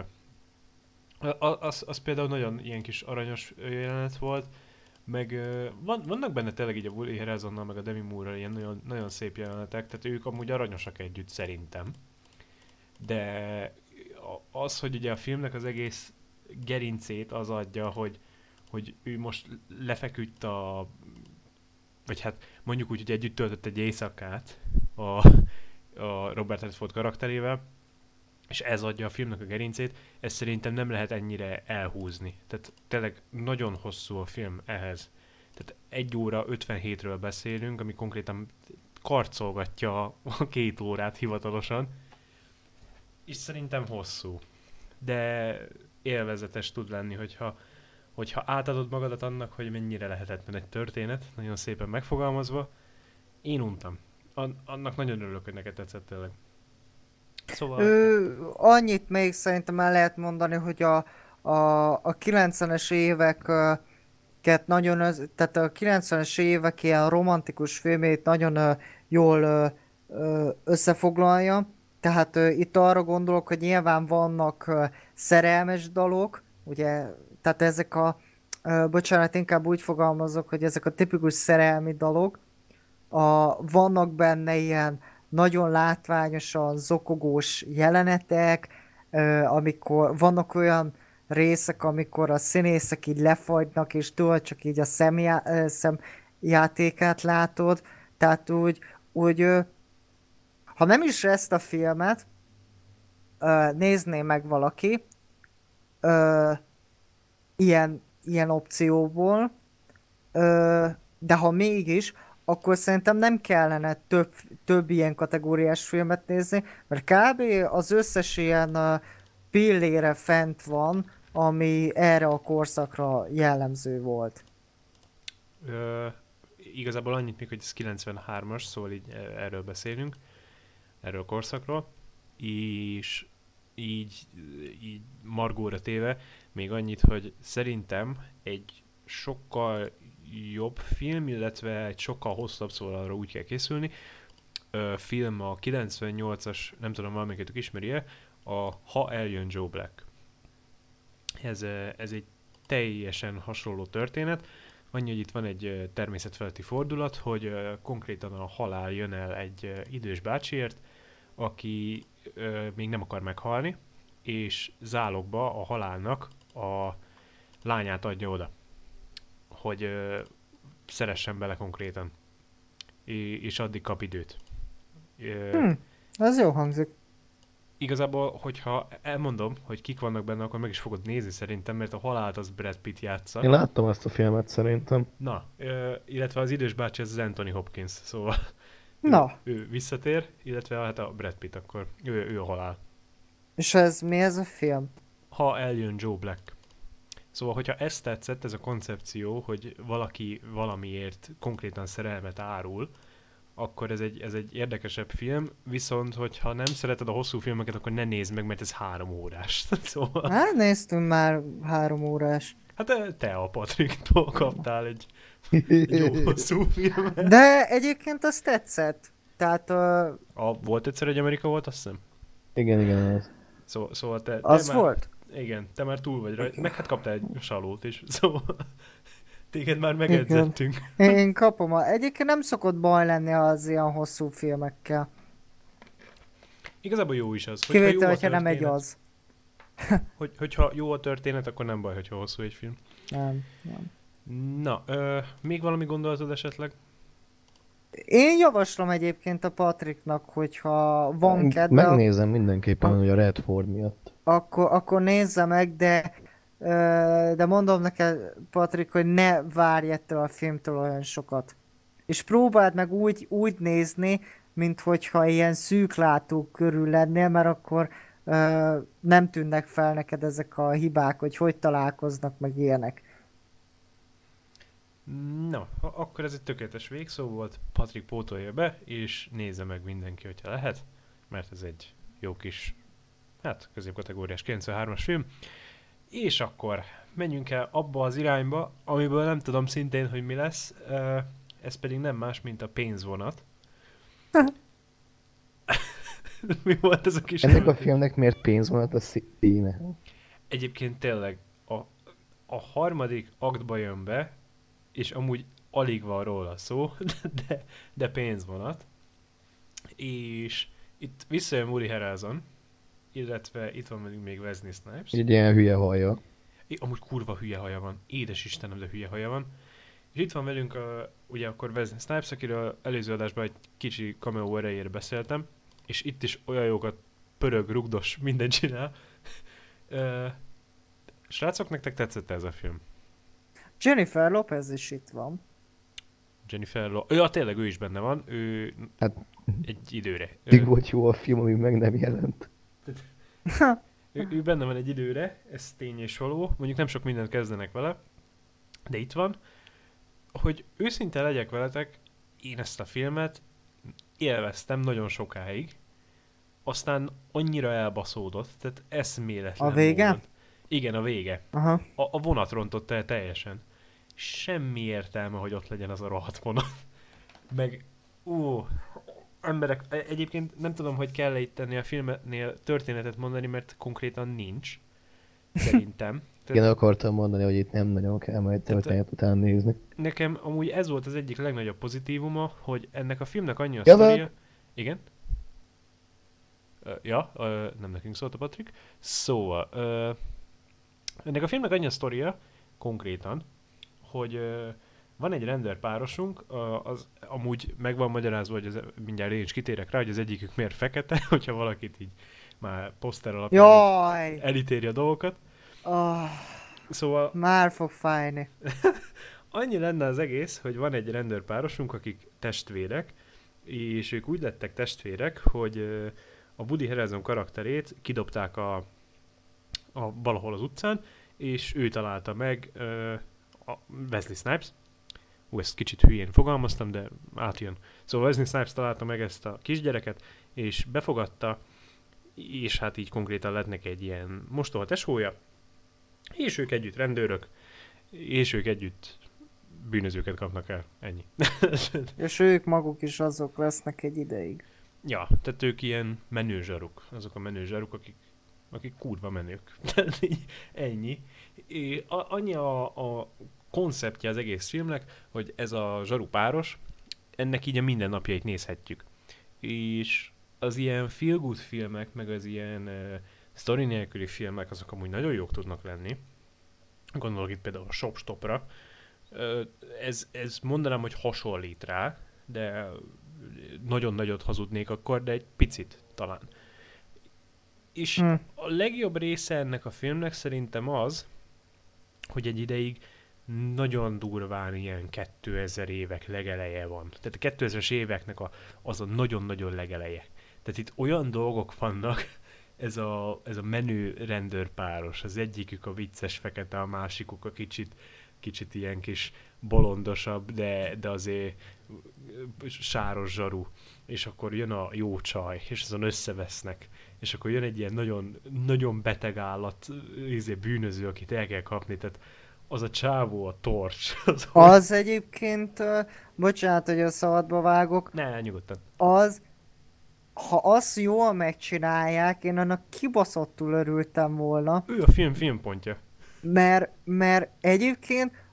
Az például nagyon ilyen kis aranyos jelenet volt, meg vannak benne tényleg így a Woody Harrelsonnal, meg a Demi Moore-ral ilyen nagyon, nagyon szép jelenetek, tehát ők amúgy aranyosak együtt szerintem. De az, hogy ugye a filmnek az egész gerincét az adja, hogy ő most lefeküdt vagy hát mondjuk úgy, hogy együtt töltött egy éjszakát a Robert Redford karakterével, és ez adja a filmnek a gerincét, ezt szerintem nem lehet ennyire elhúzni. Tehát tényleg nagyon hosszú a film ehhez. Tehát 1 óra 57-ről beszélünk, ami konkrétan karcolgatja a 2 órát hivatalosan, és szerintem hosszú. De élvezetes tud lenni, hogyha átadod magadat annak, hogy mennyire lehetetlen egy történet, nagyon szépen megfogalmazva. Én untam. Annak nagyon örülök, hogy neked tetszett tényleg. Szóval... Annyit még szerintem el lehet mondani, hogy a 90-es éveket nagyon, tehát a 90-es évek ilyen romantikus filmét nagyon jól összefoglalja. Tehát itt arra gondolok, hogy nyilván vannak szerelmes dalok, ugye, tehát ezek bocsánat, inkább úgy fogalmazok, hogy ezek a tipikus szerelmi dalok, vannak benne ilyen nagyon látványosan zokogós jelenetek, amikor vannak olyan részek, amikor a színészek így lefagynak, és tudod, csak így a szemjátékát látod. Tehát úgy ha nem is ezt a filmet nézné meg valaki ilyen opcióból, de ha mégis, akkor szerintem nem kellene több ilyen kategóriás filmet nézni, mert kb. Az összes ilyen pillére fent van, ami erre a korszakra jellemző volt. Igazából annyit még, hogy ez 93-as, szóval így erről beszélünk, erről a korszakról, és így margóra téve még annyit, hogy szerintem egy sokkal jobb film, illetve egy sokkal hosszabb, szóval arra úgy kell készülni. Film a 98-as, nem tudom, valamelyiket ismeri-e, a Ha eljön Joe Black. Ez egy teljesen hasonló történet. Annyi, hogy itt van egy természetfeletti fordulat, hogy konkrétan a halál jön el egy idős bácsiért, aki még nem akar meghalni, és zálogba a halálnak a lányát adja oda, hogy szeressen bele konkrétan, és addig kap időt. Ez jó hangzik. Igazából, hogyha elmondom, hogy kik vannak benne, akkor meg is fogod nézni szerintem, mert a halált az Brad Pitt játsza. Én láttam azt a filmet szerintem. Na, illetve az idős bácsi az Anthony Hopkins, szóval ő visszatér, illetve hát a Brad Pitt akkor, ő a halál. És mi ez a film? Ha eljön Joe Black. Szóval, hogyha ezt tetszett, ez a koncepció, hogy valaki valamiért konkrétan szerelmet árul, akkor ez egy érdekesebb film, viszont hogyha nem szereted a hosszú filmeket, akkor ne nézd meg, mert ez 3 órás. Szóval... Hát néztünk már 3 órás. Hát te a Patriktól kaptál egy jó hosszú filmet. De egyébként az tetszett. Tehát... Volt egyszer egy Amerika volt, azt hiszem? Igen, az. Szóval te az már, volt? Igen, te már túl vagy rajta, meg hát kaptál egy salót is, szóval Téged már Igen. megedzettünk. Én kapom. Egyébként nem szokott baj lenni az ilyen hosszú filmekkel. Igazából jó is az. Hogyha jó Kivétel, a hogyha nem egy történet, az. hogyha jó a történet, akkor nem baj, hogyha hosszú egy film. Nem, nem. Na, még valami gondolatod esetleg? Én javaslom egyébként a Patriknak, hogyha van kedve, Megnézem mindenképpen, hogy a Redford miatt. akkor nézze meg, de mondom neked, Patrik, hogy ne várj ettől a filmtől olyan sokat. És próbáld meg úgy nézni, mint hogyha ilyen szűklátó körül lennél, mert akkor nem tűnnek fel neked ezek a hibák, hogy találkoznak, meg ilyenek. Na, akkor ez egy tökéletes végszó volt. Patrik pótolja be, és nézze meg mindenki, hogyha lehet, mert ez egy jó kis, középkategóriás 93-as film. És akkor menjünk el abba az irányba, amiből nem tudom szintén, hogy mi lesz. Ez pedig nem más, mint a pénzvonat. Mi volt ez a kis... Ennek a filmnek miért pénz van a színe? Egyébként tényleg a harmadik aktba jön be, és amúgy alig van róla szó, de pénzvonat. És itt visszajön Woody Harrelson, illetve itt van velünk még Wesley Snipes. Egy ilyen hülye haja. Amúgy kurva hülye haja van. Édes Istenem, de hülye haja van. És itt van velünk ugye akkor Wesley Snipes, akiről előző adásban egy kicsi cameo erejére beszéltem, és itt is olyan jókat pörög, rugdos, mindent csinál. Srácok, nektek tetszett ez a film? Jennifer Lopez is itt van. Ja, tényleg ő is benne van, ő Hát, egy időre. Eddig volt jó a film, ami meg nem jelent. Ő benne van egy időre, ez tény és való, mondjuk nem sok mindent kezdenek vele, de itt van. Hogy őszinte legyek veletek, én ezt a filmet élveztem nagyon sokáig, aztán annyira elbaszódott, tehát eszméletlen A vége? módon. Igen, a vége. Aha. A vonat rontott el teljesen. Semmi értelme, hogy ott legyen az a rohadt vonat. Meg, emberek, egyébként nem tudom, hogy kell-e itt tenni a filmnél történetet mondani, mert konkrétan nincs. Szerintem. Én akartam mondani, hogy itt nem nagyon kell majd történet után nézni. Nekem amúgy ez volt az egyik legnagyobb pozitívuma, hogy ennek a filmnek annyi a Ja, sztoria... Igen? Nem nekünk szólt a Patrik. Szóval, ennek a filmnek annyi a sztoria, konkrétan, hogy van egy rendőrpárosunk, az amúgy meg van magyarázva, hogy mindjárt én is kitérek rá, hogy az egyikük miért fekete, hogyha valakit így már poszter alapján Jaj! elítéri a dolgokat. Szóval Már fog fájni. annyi lenne az egész, hogy van egy rendőrpárosunk, akik testvérek, és ők úgy lettek testvérek, hogy a Woody Harrelson karakterét kidobták a valahol az utcán, és ő találta meg a Wesley Snipes. Ezt kicsit hülyén fogalmaztam, de átjön. Szóval Wesley Snipes találta meg ezt a kisgyereket, és befogadta, és hát így konkrétan lett neki egy ilyen mostoha tesója, és ők együtt rendőrök, és ők együtt bűnözőket kapnak el. Ennyi. És ők maguk is azok lesznek egy ideig. Ja, tehát ők ilyen menő zsaruk. Azok a menő zsaruk, akik kurva menők. Ennyi. Annyi a konceptje az egész filmnek, hogy ez a zsaru páros, ennek így a mindennapjait nézhetjük. És az ilyen feel good filmek, meg az ilyen sztori nélküli filmek, azok amúgy nagyon jók tudnak lenni. Gondolok itt például a Shop-Stopra. Ez mondanám, hogy hasonlít rá, de nagyon nagyot hazudnék akkor, de egy picit talán. És a legjobb része ennek a filmnek szerintem az, hogy egy ideig nagyon durván ilyen 2000 évek legeleje van. Tehát a 2000-es éveknek az a nagyon-nagyon legeleje. Tehát itt olyan dolgok vannak, ez a menő rendőrpáros, az egyikük a vicces fekete, a másikuk a kicsit ilyen kis bolondosabb, de azért sáros zsaru. És akkor jön a jó csaj, és azon összevesznek. És akkor jön egy ilyen nagyon, nagyon beteg állat, bűnöző, akit el kell kapni. Tehát az a csávó, a Torch. Az egyébként, bocsánat, hogy a szabadba vágok. Ne, nyugodtan. Ha azt jól megcsinálják, én annak kibaszottul örültem volna. Ő a film filmpontja. Mert egyébként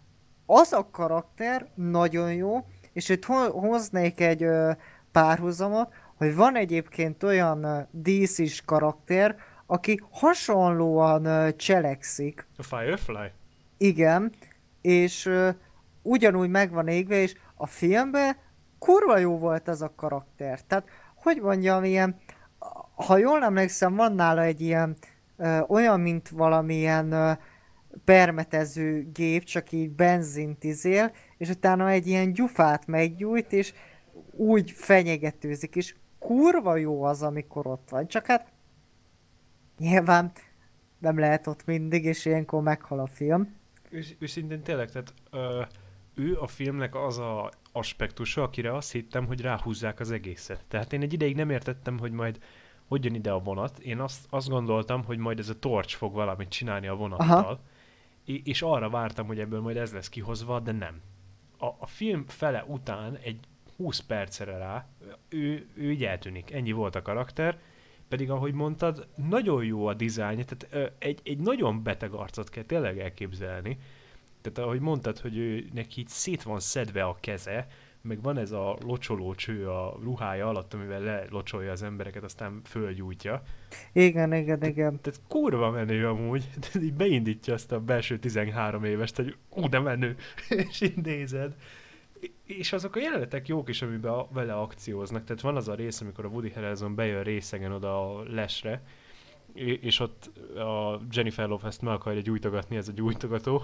az a karakter nagyon jó, és itt hoznék egy párhuzamot, hogy van egyébként olyan DC-s karakter, aki hasonlóan cselekszik, A Firefly? igen, és ugyanúgy meg van égve, és a filmben kurva jó volt ez a karakter. Tehát, hogy mondjam, ilyen, ha jól emlékszem, van nála egy ilyen, olyan, mint valamilyen permetező gép, csak így benzint izél, és utána egy ilyen gyufát meggyújt, és úgy fenyegetőzik, és kurva jó az, amikor ott van. Csak hát nyilván nem lehet ott mindig, és ilyenkor meghal a film. Őszintén tényleg, tehát ő a filmnek az a aspektusa, akire azt hittem, hogy ráhúzzák az egészet. Tehát én egy ideig nem értettem, hogy majd hogy jön ide a vonat. Én azt gondoltam, hogy majd ez a Torch fog valamit csinálni a vonattal. Aha. És arra vártam, hogy ebből majd ez lesz kihozva, de nem. A film fele után egy 20 percre rá ő így eltűnik. Ennyi volt a karakter, pedig ahogy mondtad, nagyon jó a dizájn, tehát egy nagyon beteg arcot kell tényleg elképzelni. Tehát ahogy mondtad, hogy ő neki így szét van szedve a keze, meg van ez a locsoló cső a ruhája alatt, amivel lelocsolja az embereket, aztán fölgyújtja. Igen, igen, igen. Tehát kurva menő amúgy, tehát így beindítja azt a belső 13 évest, hogy de menő, és így nézed. És azok a jelenetek jók is, amiben vele akcióznak. Tehát van az a rész, amikor a Woody Harrelson bejön részegen oda a lesre, és ott a Jennifer Lopez-t meg akarja gyújtogatni, ez a gyújtogató,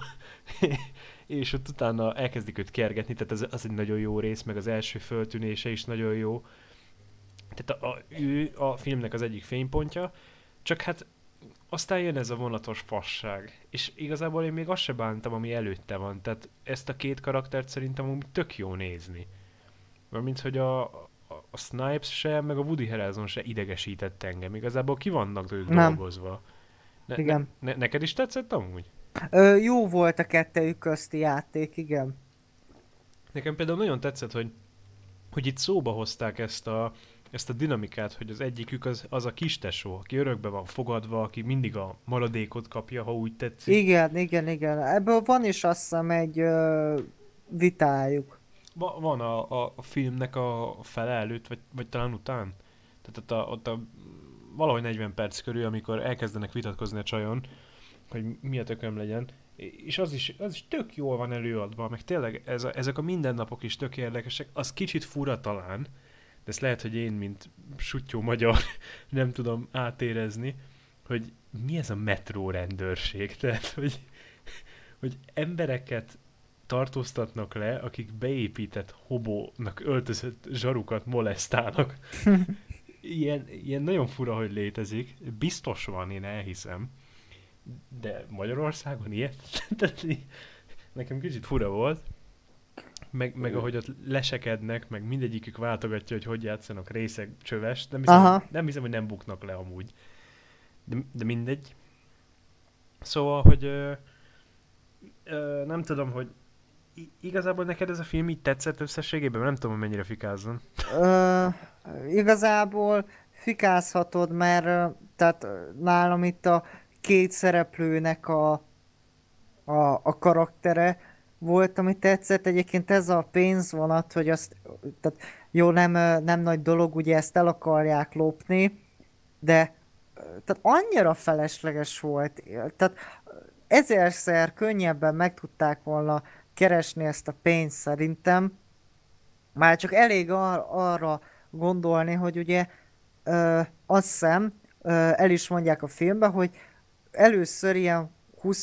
és ott utána elkezdik őt kergetni, tehát az egy nagyon jó rész, meg az első föltűnése is nagyon jó. Tehát ő a filmnek az egyik fénypontja, csak hát aztán jön ez a vonatos fasság. És igazából én még azt se bántam, ami előtte van. Tehát ezt a két karaktert szerintem úgy tök jó nézni. Mármint, hogy a Snipes se, meg a Woody Harrelson se idegesített engem. Igazából ki vannak ők Nem. dolgozva. Igen. Neked is tetszett amúgy? Jó volt a kettejük közti játék, igen. Nekem például nagyon tetszett, hogy itt szóba hozták ezt a dinamikát, hogy az egyikük az a kistesó, aki örökbe van fogadva, aki mindig a maradékot kapja, ha úgy tetszik. Igen, igen, igen. Ebből van is azt hiszem egy vitájuk. Van a filmnek a fele előtt, vagy talán után. Tehát ott a valahogy 40 perc körül, amikor elkezdenek vitatkozni a csajon, hogy mi a tököm legyen. És az is tök jól van előadva, meg tényleg ezek a mindennapok is tök érdekesek. Az kicsit fura talán, de ezt lehet, hogy én, mint suttyó magyar nem tudom átérezni, hogy mi ez a metró rendőrség. Tehát, hogy embereket tartóztatnak le, akik beépített hobónak öltözött zsarukat molesztálnak. Ilyen nagyon fura, hogy létezik. Biztos van, én elhiszem. De Magyarországon ilyet? Nekem kicsit fura volt. Meg ahogy ott lesekednek, meg mindegyikük váltogatja, hogy játszanak részeg csövest. Nem hiszem, hogy nem buknak le amúgy. De mindegy. Szóval, hogy nem tudom, hogy igazából neked ez a film így tetszett összességében? Nem tudom, hogy mennyire fikázzon. Igazából fikázhatod, mert tehát nálam itt a két szereplőnek a karaktere volt, ami tetszett. Egyébként ez a pénzvonat, hogy azt, tehát jó, nem nagy dolog, ugye ezt el akarják lopni, de tehát annyira felesleges volt. Tehát ezerszer könnyebben meg tudták volna keresni ezt a pénzt szerintem. Már csak elég arra gondolni, hogy ugye azt hiszem, el is mondják a filmben, hogy először ilyen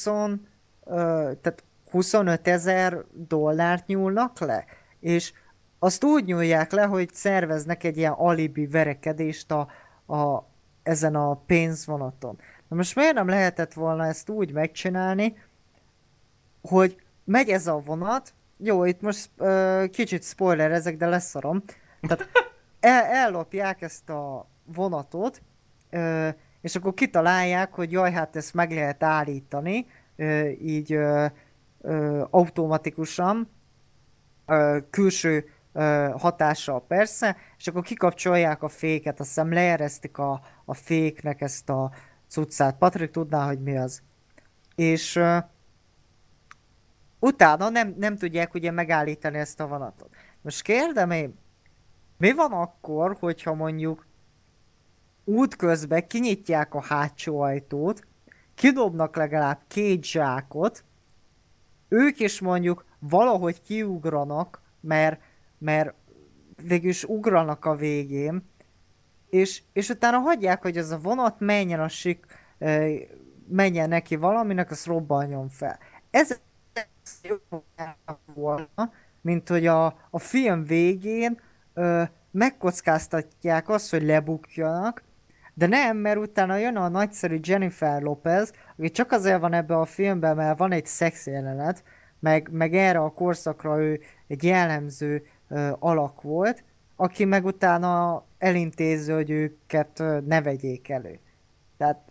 25 000 dollárt nyúlnak le, és azt úgy nyúlják le, hogy szerveznek egy ilyen alibi verekedést ezen a pénzvonaton. Na most miért nem lehetett volna ezt úgy megcsinálni, hogy megy ez a vonat, jó, itt most kicsit spoilerezek, de leszarom, tehát ellopják ezt a vonatot, és akkor kitalálják, hogy jaj, hát ezt meg lehet állítani, így automatikusan, külső hatással persze, és akkor kikapcsolják a féket, azt hiszem leeresztik a féknek ezt a cuccát. Patrik tudná, hogy mi az. És utána nem tudják ugye megállítani ezt a vonatot. Most kérdem én, mi van akkor, hogyha mondjuk útközben kinyitják a hátsó ajtót, kidobnak legalább 2 zsákot, ők is mondjuk valahogy kiugranak, mert végülis ugranak a végén, és utána hagyják, hogy ez a vonat menjen menjen neki valaminek, azt robbanjon fel. Ez jobb volna, mint hogy a film végén megkockáztatják azt, hogy lebukjanak, de nem, mert utána jön a nagyszerű Jennifer Lopez, aki csak azért van ebben a filmben, mert van egy szex jelenet, meg erre a korszakra ő egy jellemző alak volt, aki meg utána elintézi, hogy őket ne vegyék elő. Tehát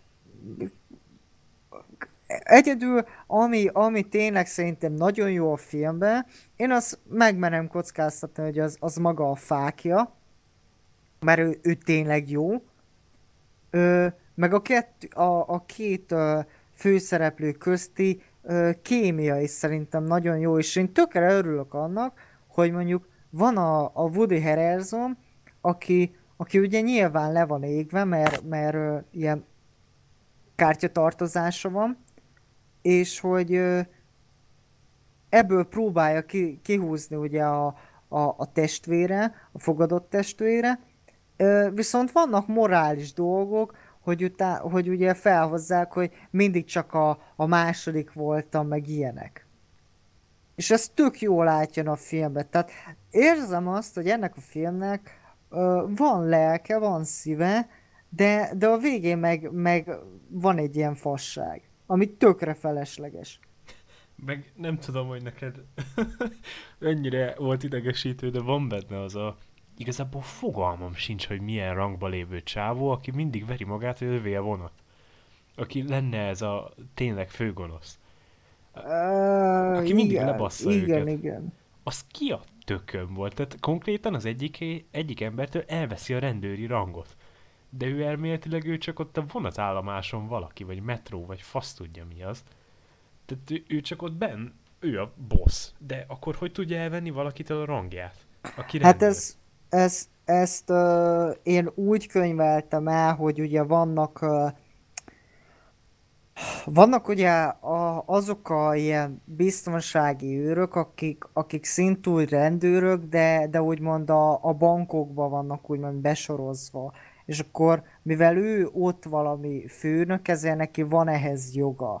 egyedül, ami tényleg szerintem nagyon jó a filmben, én azt megmerem kockáztatni, hogy az maga a fákja, mert ő tényleg jó. Meg a két főszereplő közti kémia is szerintem nagyon jó, és én tökre örülök annak, hogy mondjuk van a Woody Harrelson, aki ugye nyilván le van égve, mert ilyen kártyatartozása van, és hogy ebből próbálja kihúzni ugye a testvére, a fogadott testvére, viszont vannak morális dolgok, hogy ugye felhozzák, hogy mindig csak a második voltam, meg ilyenek. És ez tök jól látjon a filmben. Tehát érzem azt, hogy ennek a filmnek van lelke, van szíve, de a végén meg van egy ilyen fasság, ami tökre felesleges. Meg nem tudom, hogy neked ennyire volt idegesítő, de van benne az a... Igazából fogalmam sincs, hogy milyen rangba lévő csávó, aki mindig veri magát, hogy övé a vonat. Aki lenne ez a tényleg főgonosz. Aki mindig Igen, lebassza igen, őket. igen. Az ki a tököm volt? Tehát konkrétan az egyik embertől elveszi a rendőri rangot. De ő elméletileg ő csak ott a vonatállomáson valaki, vagy metró, vagy fasz tudja mi az. Tehát ő csak ott benn, ő a boss. De akkor hogy tudja elvenni valakitől a rangját? Aki Hát rendőr. ezt én úgy könyveltem el, hogy ugye vannak ugye azok a ilyen biztonsági őrök, akik szintúgy rendőrök, de úgymond a bankokban vannak úgymond besorozva. És akkor, mivel ő ott valami főnök, ezért neki van ehhez joga.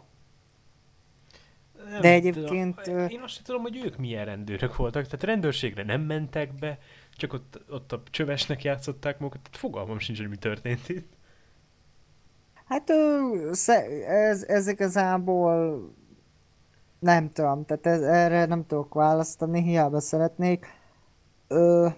De Nem tudom. egyébként Én azt sem tudom, hogy ők milyen rendőrök voltak. Tehát rendőrségre nem mentek be, csak ott a csövesnek játszották magukat. Tehát fogalmam sincs, hogy mi történt itt. hát ez igazából nem tudom, tehát erre nem tudok választani, hiába szeretnék. Ö,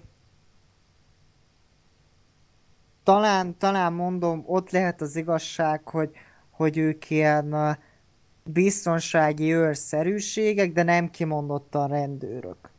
talán mondom, ott lehet az igazság, hogy ők ilyen biztonsági őrszerűségek, de nem kimondottan rendőrök.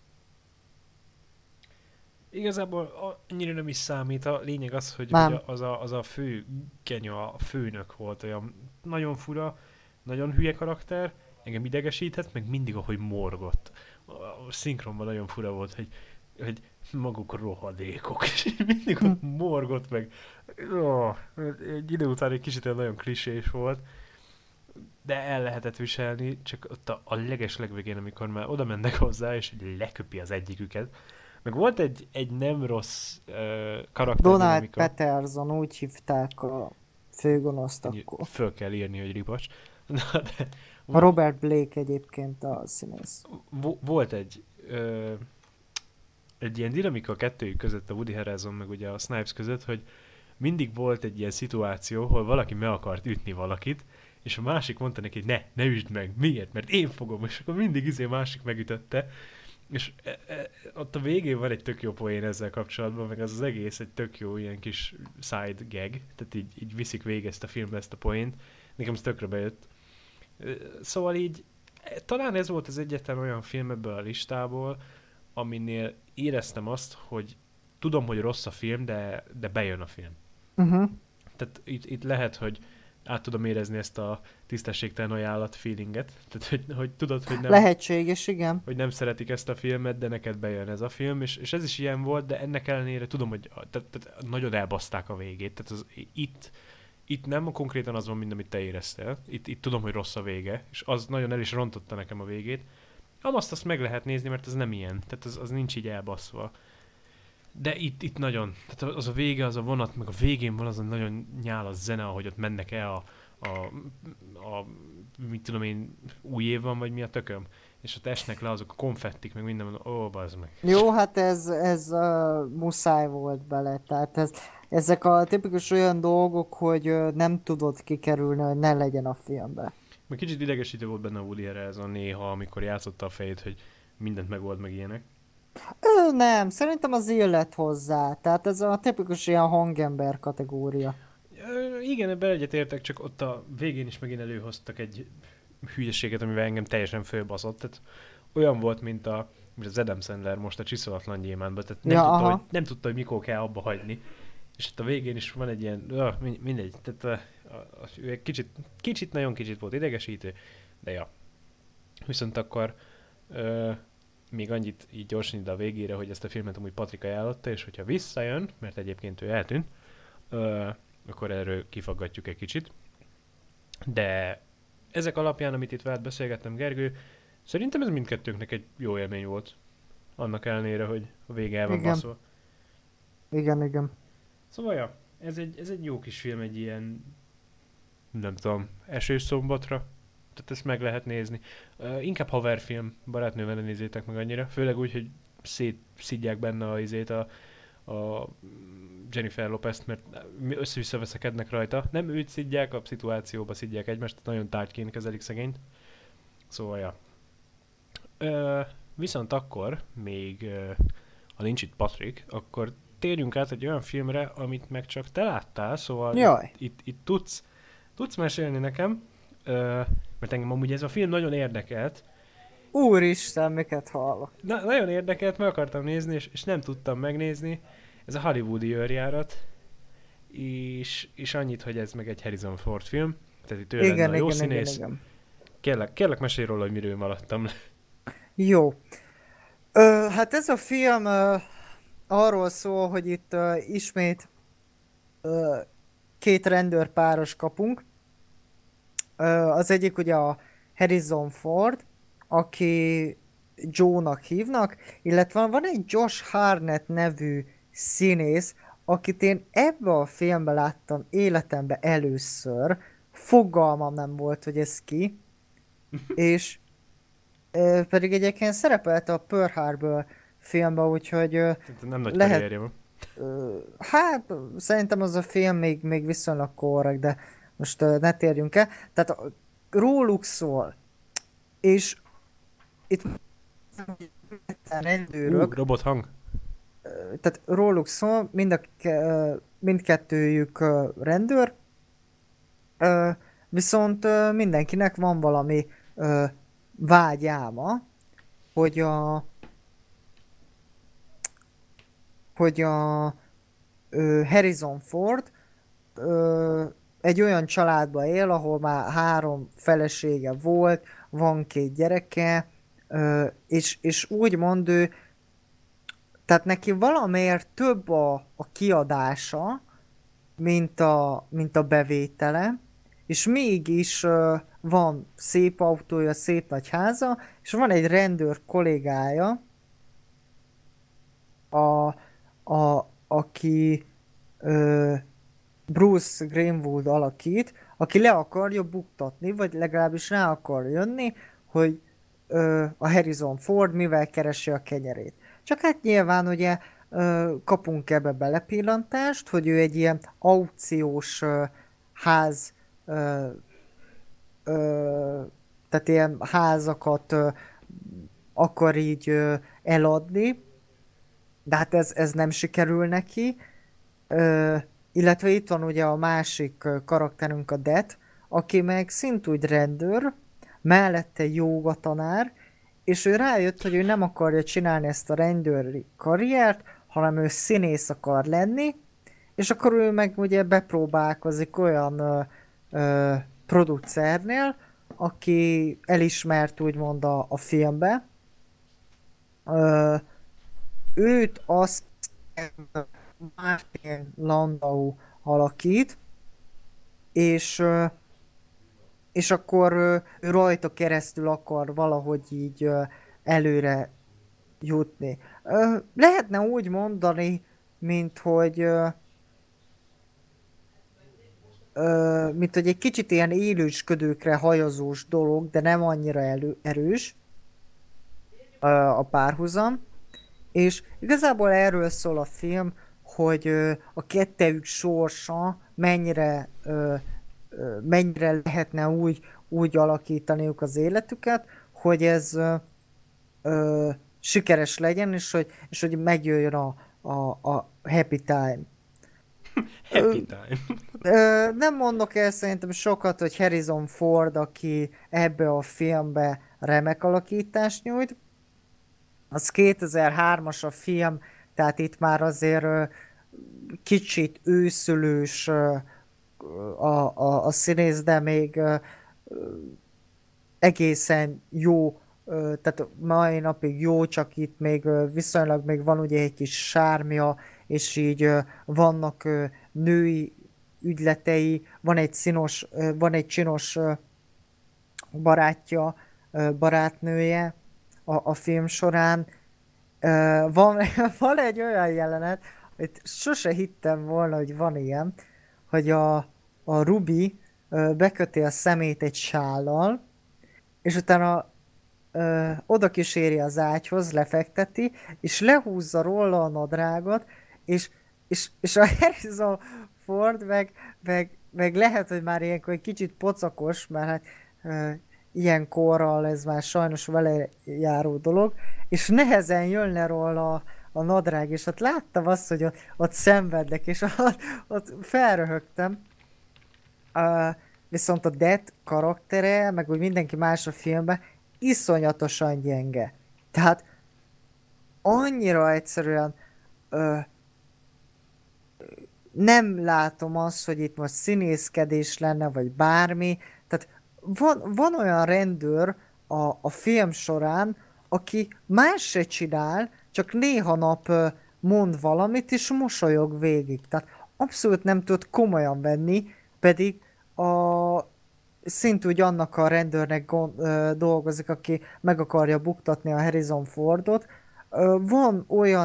Igazából annyira nem is számít. A lényeg az, hogy Nem. ugye az a fő genya, a főnök volt olyan nagyon fura, nagyon hülye karakter, engem idegesített, meg mindig ahogy morgott. A szinkronban nagyon fura volt, hogy maguk rohadékok, és így mindig ott morgott meg. Egy idő után egy kicsit olyan nagyon klisés volt, de el lehetett viselni, csak ott a leges legvégén, amikor már oda mennek hozzá, és így leköpi az egyiküket. Meg volt egy nem rossz Donald karakterdinamika. Peterson, úgy hívták a főgonoszt akkor. Föl kell írni, hogy ripacs. Na, de A Robert Blake egyébként a színész. volt egy ilyen dinamika a kettőjük között, a Woody Harrelson meg ugye a Snipes között, hogy mindig volt egy ilyen szituáció, hol valaki meg akart ütni valakit, és a másik mondta neki, hogy ne üsd meg. Miért? Mert én fogom, és akkor mindig másik megütötte. És ott a végén van egy tök jó poén ezzel kapcsolatban, meg az egész egy tök jó ilyen kis side gag, tehát így viszik végig ezt a filmbe, ezt a poént. Nekem ez tökre bejött. Szóval így, talán ez volt az egyetlen olyan film ebből a listából, aminél éreztem azt, hogy tudom, hogy rossz a film, de bejön a film. Uh-huh. Tehát itt lehet, hogy át tudom érezni ezt a tisztességtelen ajánlat feelinget. Tehát, hogy tudod, hogy nem, Lehetséges, igen. hogy nem szeretik ezt a filmet, de neked bejön ez a film, és ez is ilyen volt, de ennek ellenére tudom, hogy tehát nagyon elbaszták a végét. Tehát itt nem konkrétan az van, mint amit te éreztél. Itt tudom, hogy rossz a vége, és az nagyon el is rontotta nekem a végét. Azt meg lehet nézni, mert ez nem ilyen. Tehát az nincs így elbaszva. De itt nagyon, tehát az a vége, az a vonat, meg a végén van az a nagyon nyálas zene, ahogy ott mennek el a mit tudom én, új év van, vagy mi a tököm, és ott esnek le azok a konfettik, meg minden, bazd meg. Jó, hát ez muszáj volt bele, tehát ezek a tipikus olyan dolgok, hogy nem tudod kikerülni, hogy ne legyen a filmben. Meg kicsit idegesítő volt benne a Woody Harrelson néha, amikor játszotta a fejét, hogy mindent megold, meg ilyenek. Nem, szerintem az illet hozzá, tehát ez a tipikus ilyen hangember kategória. Igen, ebben egyetértek, csak ott a végén is megint előhoztak egy hülyeséget, amivel engem teljesen fölbaszott. Tehát olyan volt, mint az Adam Sandler most a Csiszolatlan gyémántban, tehát nem tudta, hogy mikor kell abba hagyni. És ott a végén is van egy ilyen, mindegy, tehát kicsit, nagyon kicsit volt idegesítő, de ja. Viszont akkor még annyit így gyorsan ide a végére, hogy ezt a filmet amúgy Patrik ajánlotta, és hogyha visszajön, mert egyébként ő eltűnt, akkor erről kifaggatjuk egy kicsit. De ezek alapján, amit itt veled beszélgettem, Gergő, szerintem ez mindkettőnknek egy jó élmény volt. Annak ellenére, hogy a vége el van baszva. Igen. Szóval ja, ez egy jó kis film, egy ilyen, nem tudom, esős szombatra. Tehát ezt meg lehet nézni. Inkább haverfilm, barátnővel ne nézzétek meg annyira. Főleg úgy, hogy szétszidják benne a Jennifer Lopez-t, mert össze-vissza veszekednek rajta. Nem őt szidják, a szituációba szidják egymást, tehát nagyon tárgyként kezelik szegényt. Szóval ja. Viszont akkor, még ha nincs itt Patrik, akkor térjünk át egy olyan filmre, amit meg csak te láttál, szóval itt tudsz mesélni nekem, mert engem amúgy ez a film nagyon érdekelt. Úristen, miket hallok. Nagyon érdekelt, meg akartam nézni, és nem tudtam megnézni. Ez a hollywoodi őrjárat, és annyit, hogy ez meg egy Harrison Ford film, tehát itt ő lenne a jó színész. Igen. Kérlek mesélj róla, hogy miről maradtam le. Jó. Hát ez a film arról szól, hogy itt ismét két rendőrpáros kapunk. Az egyik ugye a Harrison Ford, aki Joe-nak hívnak, illetve van egy Josh Hartnett nevű színész, akit én ebbe a filmbe láttam életemben először, fogalmam nem volt, hogy ez ki, és pedig egyébként szerepelt a Pearl Harbor filmben, úgyhogy nem nagy karrierje van. Hát szerintem az a film még viszonylag korrekt, de most ne térjünk el. Tehát róluk szól, és itt rendőrök... Robot hang. Tehát róluk szól, mindkettőjük rendőr, viszont mindenkinek van valami vágyálma, hogy a Harrison Ford egy olyan családba él, ahol már 3 felesége volt, van 2 gyereke, és úgymond ő, tehát neki valamiért több a kiadása, mint a bevétele, és mégis van szép autója, szép nagy háza, és van egy rendőr kollégája, aki Bruce Greenwood alakít, aki le akarja buktatni, vagy legalábbis rá akar jönni, hogy a Harrison Ford mivel keresi a kenyerét. Csak hát nyilván ugye kapunk ebbe belepillantást, hogy ő egy ilyen aukciós ház, tehát ilyen házakat akar így eladni, de hát ez nem sikerül neki. Illetve itt van ugye a másik karakterünk, a Det, aki meg szintúgy rendőr, mellette jóga tanár, és ő rájött, hogy ő nem akarja csinálni ezt a rendőri karriert, hanem ő színész akar lenni, és akkor ő meg ugye bepróbálkozik olyan ö, producernél, aki elismert úgymond a filmbe. Ö, őt azt Martin Landau alakít, és és akkor ő rajta keresztül akar valahogy így előre jutni. Lehetne úgy mondani, mint hogy mint hogy egy kicsit ilyen élősködőkre hajazós dolog, de nem annyira erős a párhuzam. És igazából erről szól a film, hogy a kettejük sorsa mennyire lehetne úgy alakítaniuk az életüket, hogy ez sikeres legyen, és hogy megjöjjön a happy time. Happy time. Nem mondok el szerintem sokat, hogy Harrison Ford, aki ebbe a filmbe remek alakítást nyújt. Az 2003-as a film, tehát itt már azért kicsit őszülős a színész, de még egészen jó, tehát mai napig jó, csak itt még viszonylag még van ugye egy kis sármja, és így vannak női ügyletei, van egy csinos barátja, barátnője a film során. Van, van egy olyan jelenet, hogy sose hittem volna, hogy van ilyen, hogy a Ruby beköti a szemét egy sállal, és utána oda kíséri az ágyhoz, lefekteti, és lehúzza róla a nadrágot, és a Harrison Ford meg lehet, hogy már ilyenkor egy kicsit pocakos, mert hát ilyen korral ez már sajnos vele járó dolog, és nehezen jön le róla a nadrág, és ott láttam azt, hogy ott szenvednek, és ott felröhögtem. Viszont a Death karaktere, meg úgy mindenki más a filmben, iszonyatosan gyenge. Tehát annyira egyszerűen nem látom azt, hogy itt most színészkedés lenne, vagy bármi. Tehát van olyan rendőr a film során, aki más se csinál, csak néha nap mond valamit, és mosolyog végig. Tehát abszolút nem tud komolyan venni, pedig szintúgy annak a rendőrnek dolgozik, aki meg akarja buktatni a Harrison Fordot. Van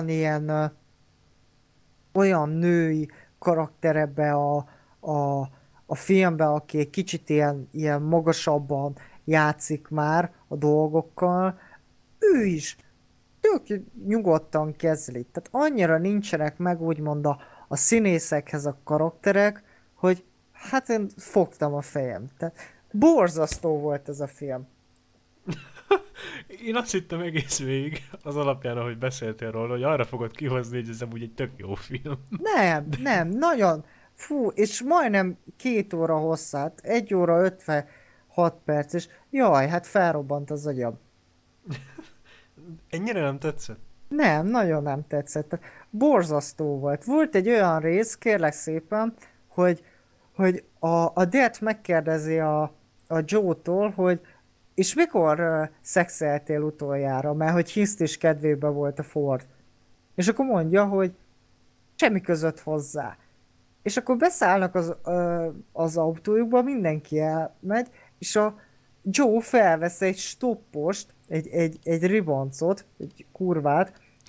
olyan női karakter ebbe a filmbe, aki egy kicsit ilyen magasabban játszik már a dolgokkal. Ő is tök nyugodtan kezeli. Tehát annyira nincsenek meg úgymond a színészekhez a karakterek, hogy hát én fogtam a fejem. Tehát borzasztó volt ez a film. Én azt hittem egész végig, az alapján, ahogy beszéltél róla, hogy arra fogod kihozni, hogy ez amúgy egy tök jó film. Nem, nagyon. Fú, és majdnem 2 óra hosszát, 1 óra 56 perc, és jaj, hát felrobbant az agyam. Ennyire nem tetszett? Nem, nagyon nem tetszett. Borzasztó volt. Volt egy olyan rész, kérlek szépen, hogy a Death megkérdezi a Joe-tól, hogy és mikor szexeltél utoljára, mert hogy hiszt is kedvébe volt a Ford. És akkor mondja, hogy semmi között hozzá. És akkor beszállnak az autójukba, mindenki elmegy, és a Joe felvesz egy stoppost, egy ribancot, egy kurvát,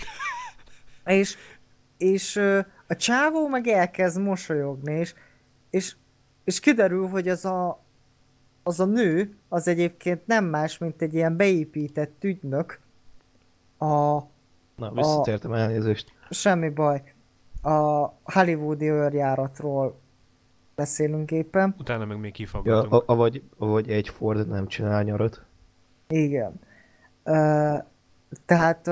és a csávó meg elkezd mosolyogni, és kiderül, hogy az a nő, az egyébként nem más, mint egy ilyen beépített ügynök. Na, visszatértem, elnézést. Semmi baj. A hollywoodi őrjáratról beszélünk éppen. Utána meg még Ja, kifaggatunk. avagy egy Ford nem csinál nyarat. Igen. Tehát,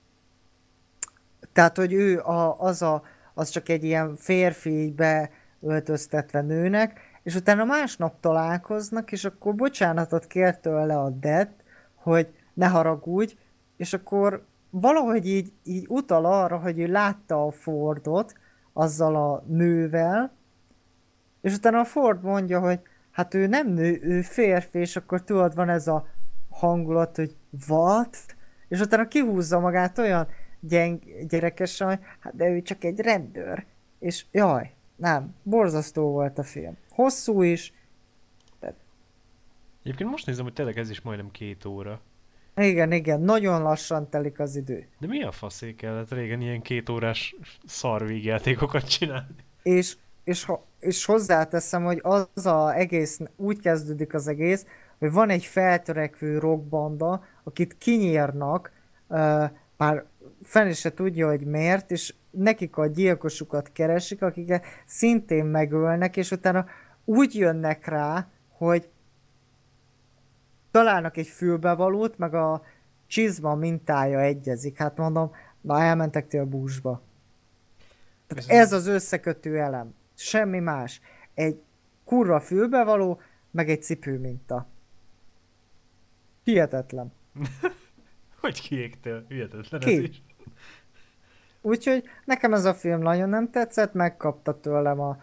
hogy ő az csak egy ilyen férfi így beöltöztetve nőnek, és utána másnap találkoznak, és akkor bocsánatot kér tőle a Death, hogy ne haragudj, és akkor valahogy így utal arra, hogy ő látta a Fordot azzal a nővel, és utána a Ford mondja, hogy hát ő nem nő, ő férfi, és akkor tudod, van ez a hangulat, hogy what? És utána kihúzza magát olyan gyerekesen, hogy hát de ő csak egy rendőr. És jaj, nem, borzasztó volt a film. Hosszú is, de Egyébként most nézem, hogy tényleg ez is majdnem 2 óra. igen, igen, nagyon lassan telik az idő. De mi a faszé kellett régen ilyen 2 órás szarvégjátékokat csinálni? És hozzáteszem, hogy az a egész, úgy kezdődik az egész, hogy van egy feltörekvő rockbanda, akit kinyírnak, már fenn is se tudja, hogy miért, és nekik a gyilkosukat keresik, akiket szintén megölnek, és utána úgy jönnek rá, hogy találnak egy fülbevalót, meg a csizma mintája egyezik. Hát mondom, na elmentek ti a búzsba. Tehát Viszont ez az összekötő elem. Semmi más. Egy kurva fülbevaló, meg egy cipő minta. Hihetetlen. hogy kiégtél? Hihetetlen ez Ki? is. Úgyhogy nekem ez a film nagyon nem tetszett, megkapta tőlem a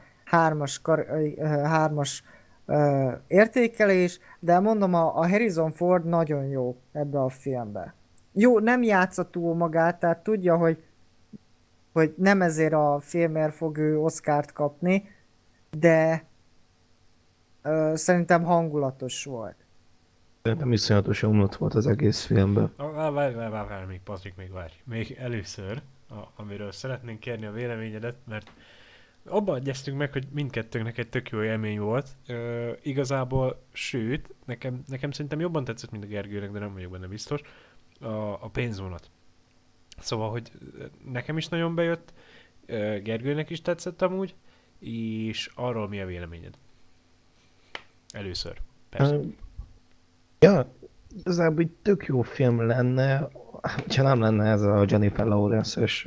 hármas értékelés, de mondom, a Harrison Ford nagyon jó ebbe a filmbe. Jó, nem játsza túl magát, tehát tudja, hogy nem ezért a filmért fog ő Oscart kapni, de szerintem hangulatos volt. Szerintem iszonyatosan unott volt az egész filmben. Várj, még Patrik, még várj. Még először, amiről szeretnénk kérni a véleményedet, mert abban egyeztünk meg, hogy mindkettőnknek egy tök jó élmény volt. Igazából, sőt, nekem szerintem jobban tetszett, mint a Gergőnek, de nem vagyok benne biztos, a pénzvonat. Szóval, hogy nekem is nagyon bejött, Gergőnek is tetszett amúgy, és arról mi a véleményed? Először, persze. Ja, igazából egy tök jó film lenne, ha nem lenne ez a Jennifer Lawrence-ös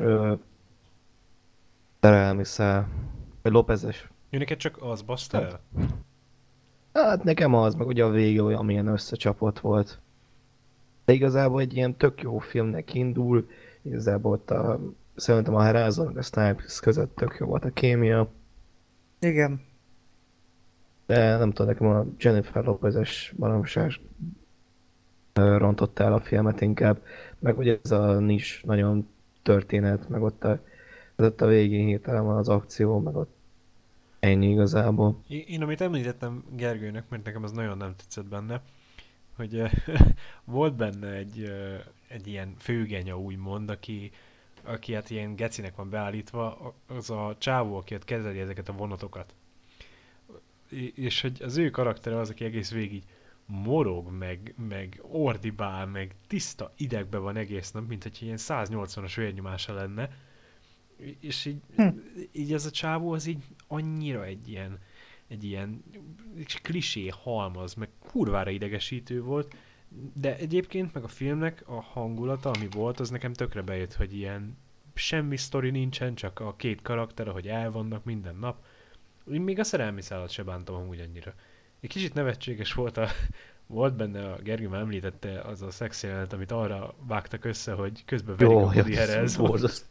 szerelmi szál, vagy Lopez-es. Jó, neked csak az baszta el? Hát nekem az, meg ugye a vége olyan, amilyen összecsapott volt. De igazából egy ilyen tök jó filmnek indul, igazából ott szerintem a Horizon meg a Snipes között tök jó volt a kémia, Igen. de nem tudom, nekem a Jennifer Lopez-es baromság rontotta el a filmet inkább, meg ugye ez a nis nagyon történet, meg ott a végén hirtelen van az akció, meg ott ennyi igazából. Én amit említettem Gergőnek, mert nekem az nagyon nem tetszett benne, hogy volt benne egy ilyen főgenya úgymond, aki hát ilyen gecinek van beállítva, az a csávó, aki ott kezeli ezeket a vonatokat. És hogy az ő karaktere az, aki egész végig morog, meg ordibál, meg tiszta idegbe van egész nap, mint hogy ilyen 180-as vérnyomása lenne. És így ez a csávó az így annyira egy ilyen klisé halmaz, meg kurvára idegesítő volt, de egyébként meg a filmnek a hangulata, ami volt, az nekem tökre bejött, hogy ilyen semmi sztori nincsen, csak a két karakter, ahogy elvannak minden nap. Én még a szerelmi szállat se bántam amúgy annyira. Egy kicsit nevetséges volt benne, a Gergő már említette, az a szexjelenet, amit arra vágtak össze, hogy közben verik a Woody Harrelson.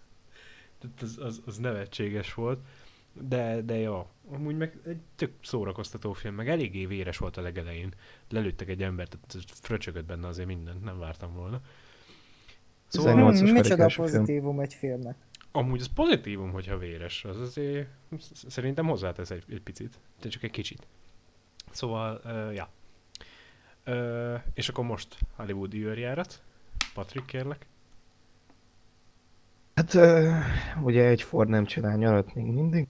Az nevetséges volt. De jó, amúgy meg egy tök szórakoztató film, meg eléggé véres volt a legelején. Lelőttek egy embert, fröcsögött benne azért mindent, nem vártam volna. Szóval 18-as Micsoda verítési film. pozitívum egy filmnek. Amúgy az pozitívum, hogyha véres, az azért szerintem hozzátesz egy picit, de csak egy kicsit. Szóval, ja. És akkor most Hollywoodi őrjárat. Patrik, kérlek. Hát ugye egy Ford nem csinál nyarat még mindig.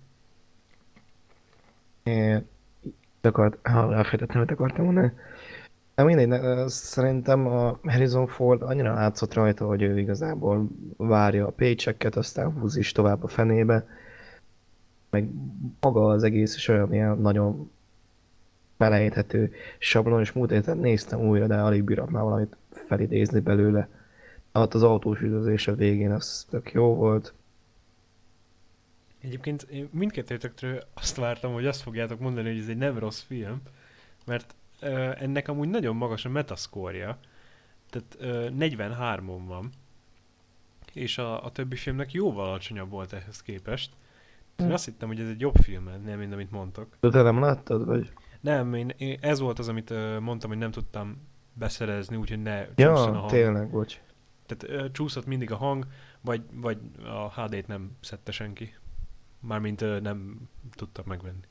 Elfelejtettem, mit akartam mondani. De mindegy, szerintem a Harrison Ford annyira látszott rajta, hogy ő igazából várja a paychecket, aztán húz is tovább a fenébe. Meg maga az egész is olyan ilyen nagyon felejthető sablon, és múlt héten néztem újra, de alig bírok már valamit felidézni belőle. Hát az autós üldözés a végén az tök jó volt. Egyébként én mindkettőtöktől azt vártam, hogy azt fogjátok mondani, hogy ez egy nem rossz film, mert ennek amúgy nagyon magas a metascore-ja, tehát 43-on van, és a többi filmnek jóval alacsonyabb volt ehhez képest. Én azt hittem, hogy ez egy jobb film lenne, mint amit mondtok. De te nem láttad, vagy? Nem, ez volt az, amit mondtam, hogy nem tudtam beszerezni, úgyhogy ne csúszson a Ja, hang. tényleg, bocs. Tehát csúszott mindig a hang, vagy a HD-t nem szedte senki. Mármint nem tudtam megvenni.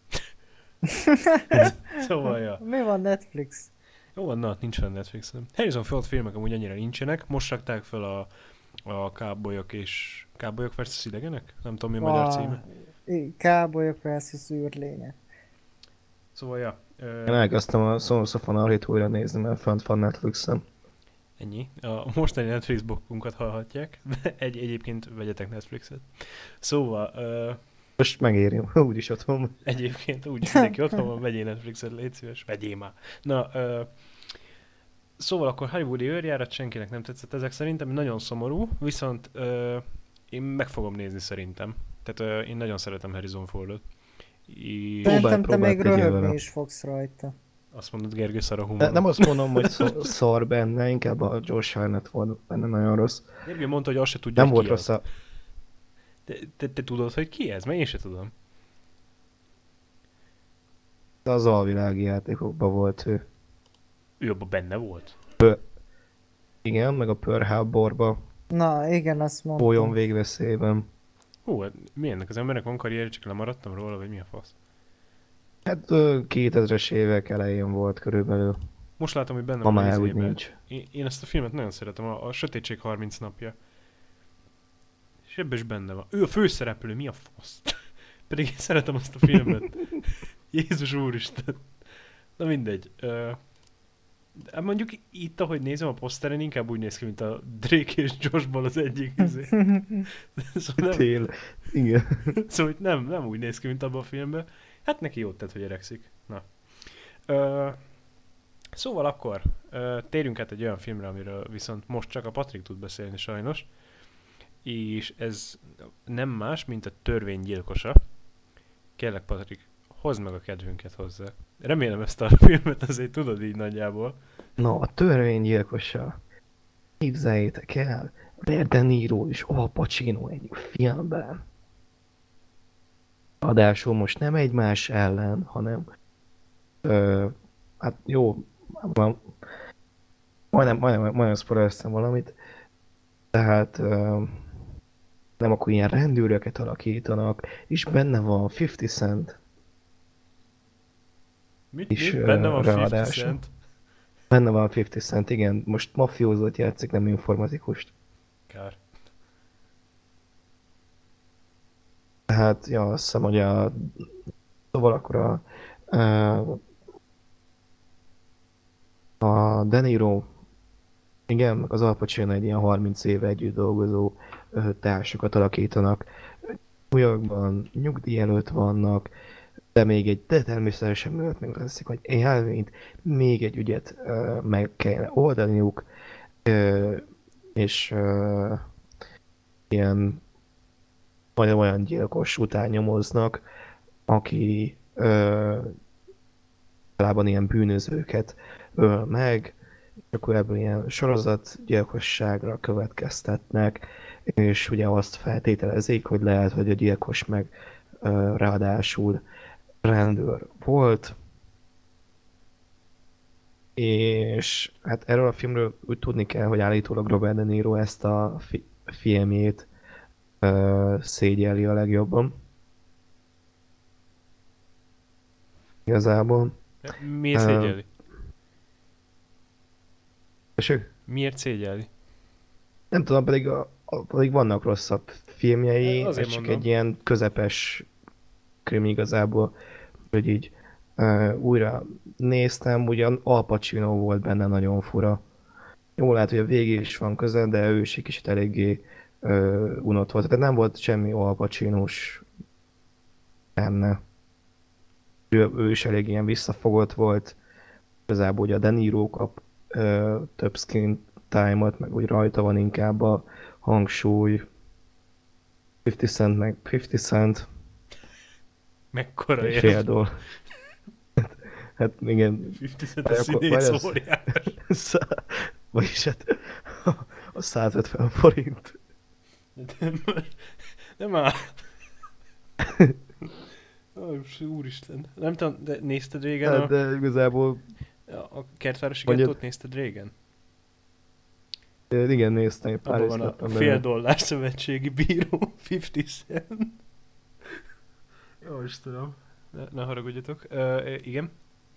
Szóval, ja. Mi van Netflix? Jó van, na, nincs fenn Netflixen. Harrison Ford filmek amúgy annyira nincsenek. Most rakták fel a Kábolyok és... Kábolyok versus idegenek? Nem tudom, mi a magyar címe. Kábolyok versus űrlények. Szóval, ja. Én elkezdtem a Sons of Anarchy-t újra nézni, mert fönt van Netflixen. Ennyi. A mostani Netflix blokkunkat hallhatják. Egyébként vegyetek Netflixet. Szóval... Most megéri, úgyis otthon van. Egyébként úgy mindenki otthon van, vegyél Netflixet, légy szíves, vegyél már. Na, szóval akkor Hollywoodi őrjárat senkinek nem tetszett ezek szerintem, nagyon szomorú, viszont én meg fogom nézni szerintem. Tehát én nagyon szeretem Harrison Fordot. Szerintem te még próbáld röhögni vele. is fogsz rajta. Azt mondod, Gergő, szar a humor. Nem azt mondom, hogy szar benne, inkább a Josh Hartnett volt benne nagyon rossz. Gergő mondta, hogy azt se tudja, Nem hogy volt ki rossz az. Te tudod, hogy ki ez? Mert én se tudom. az alvilági játékokban volt ő. Ő abban benne volt. Igen, meg a Pearl Harborba, Na, igen, azt mondtam. Folyón végveszélyben. Hú, hát mi ennek az embernek van karrier, csak lemaradtam róla, vagy mi a fasz? Hát 2000-es évek elején volt körülbelül. Most látom, hogy benne Ma van a már úgy izében. nincs. Én ezt a filmet nagyon szeretem, a Sötétség 30 napja. És ebben is benne van. Ő a főszereplő, mi a fasz? Pedig én szeretem azt a filmet. Jézus úristen. Na mindegy. Hát mondjuk itt, ahogy nézem a poszteren, inkább úgy néz ki, mint a Drake és Joshból az egyik izé. Szóval nem, Tél. Igen. szóval nem úgy néz ki, mint abban a filmben. Hát neki jót tett, hogy öregszik. Na. Szóval akkor térjünk át egy olyan filmre, amiről viszont most csak a Patrik tud beszélni sajnos. És ez nem más, mint a Törvénygyilkosa. Kérlek, Patrik, hozd meg a kedvünket hozzá. Remélem ezt a filmet azért tudod így nagyjából. Na, a Törvénygyilkosa. Képzeljétek el, Robert De Niro és Al Pacino egy filmben. Adásul most nem egymás ellen, hanem hát jó, majdnem szporoztam valamit, tehát nem akkor ilyen rendőröket alakítanak, és benne van 50 Cent. Mit? Benne van 50 ráadásul. Cent? Benne van 50 Cent, igen, most mafiózót játszik, nem informatikust. Kár. Tehát, ja, azt hiszem, hogy szóval akkor a De Niro, igen, meg az Al Pacino egy ilyen 30 éve együtt dolgozó társakat alakítanak. New Yorkban nyugdíj előtt vannak, de természetesen mögött meg leszik, hogy elvényt, még egy ügyet meg kell oldaniuk, és ilyen olyan gyilkos után nyomoznak, aki általában ilyen bűnözőket öl meg, és akkor ebből ilyen sorozatgyilkosságra következtetnek, és ugye azt feltételezik, hogy lehet, hogy a gyilkos meg ráadásul rendőr volt, és hát erről a filmről úgy tudni kell, hogy állítólag Robert De Niro ezt a filmjét szégyelli a legjobban. Igazából. Miért szégyelli? Tessék? Miért szégyelli? Nem tudom, pedig vannak rosszabb filmjei, Azért ez csak mondom. egy ilyen közepes krimi igazából, hogy így újra néztem, ugyan Al Pacino volt benne nagyon fura. Jó lehet, hogy a végé is van köze, de ő is egy kicsit eléggé unott volt. Tehát nem volt semmi Al Pacino-s benne. Ő is elég ilyen visszafogott volt. Igazából ugye a De Niro kap több screen time-ot, meg úgy rajta van inkább a hangsúly. 50 Cent meg 50 Cent. Mekkora Egy ér? fél doll. Hát igen. 50 Cent a Vagy akkor- színész vagy az- óriás. Vagyis hát a 150 forint. Nem áll. Úristen. Nem tudom, de nézted régen Hát, de igazából a Kertvárosi Mondjad. Gettót nézted régen? igen, néztem, pár Abban részt van a láttam fél bele. dollár szövetségi bíró, 50 cent. Jó, Istenem. Ne haragudjatok. Igen.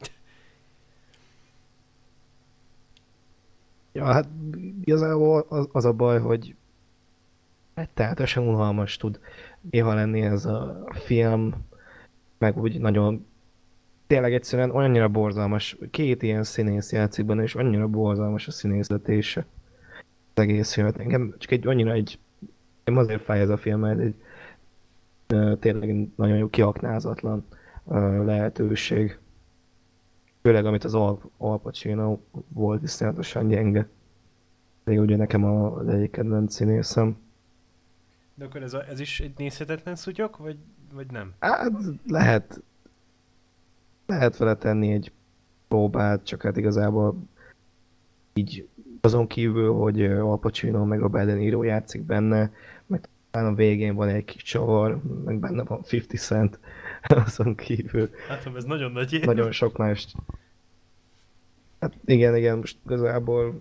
Ja, hát igazából az a baj, hogy rettenetesen unalmas tud néha lenni ez a film, meg úgy nagyon, tényleg egyszerűen annyira borzalmas, két ilyen színész játszik benne, és annyira borzalmas a színészletése az egész filmet. Engem csak nem azért fáj ez a film, mert egy tényleg nagyon jó kiaknázatlan lehetőség. Főleg amit az Al Pacino volt, iszonyatosan gyenge. Még ugye nekem az egyik kedvenc színészem. De akkor ez is egy nézhetetlen szutyok, vagy nem? Hát lehet vele tenni egy próbát, csak hát igazából így azon kívül, hogy Al Pacino meg a Robert De Niro játszik benne, meg talán a végén van egy kis csavar, meg benne van 50 Cent, azon kívül Hát, ez nagyon nagy ér. nagyon sok más. Hát igen, most igazából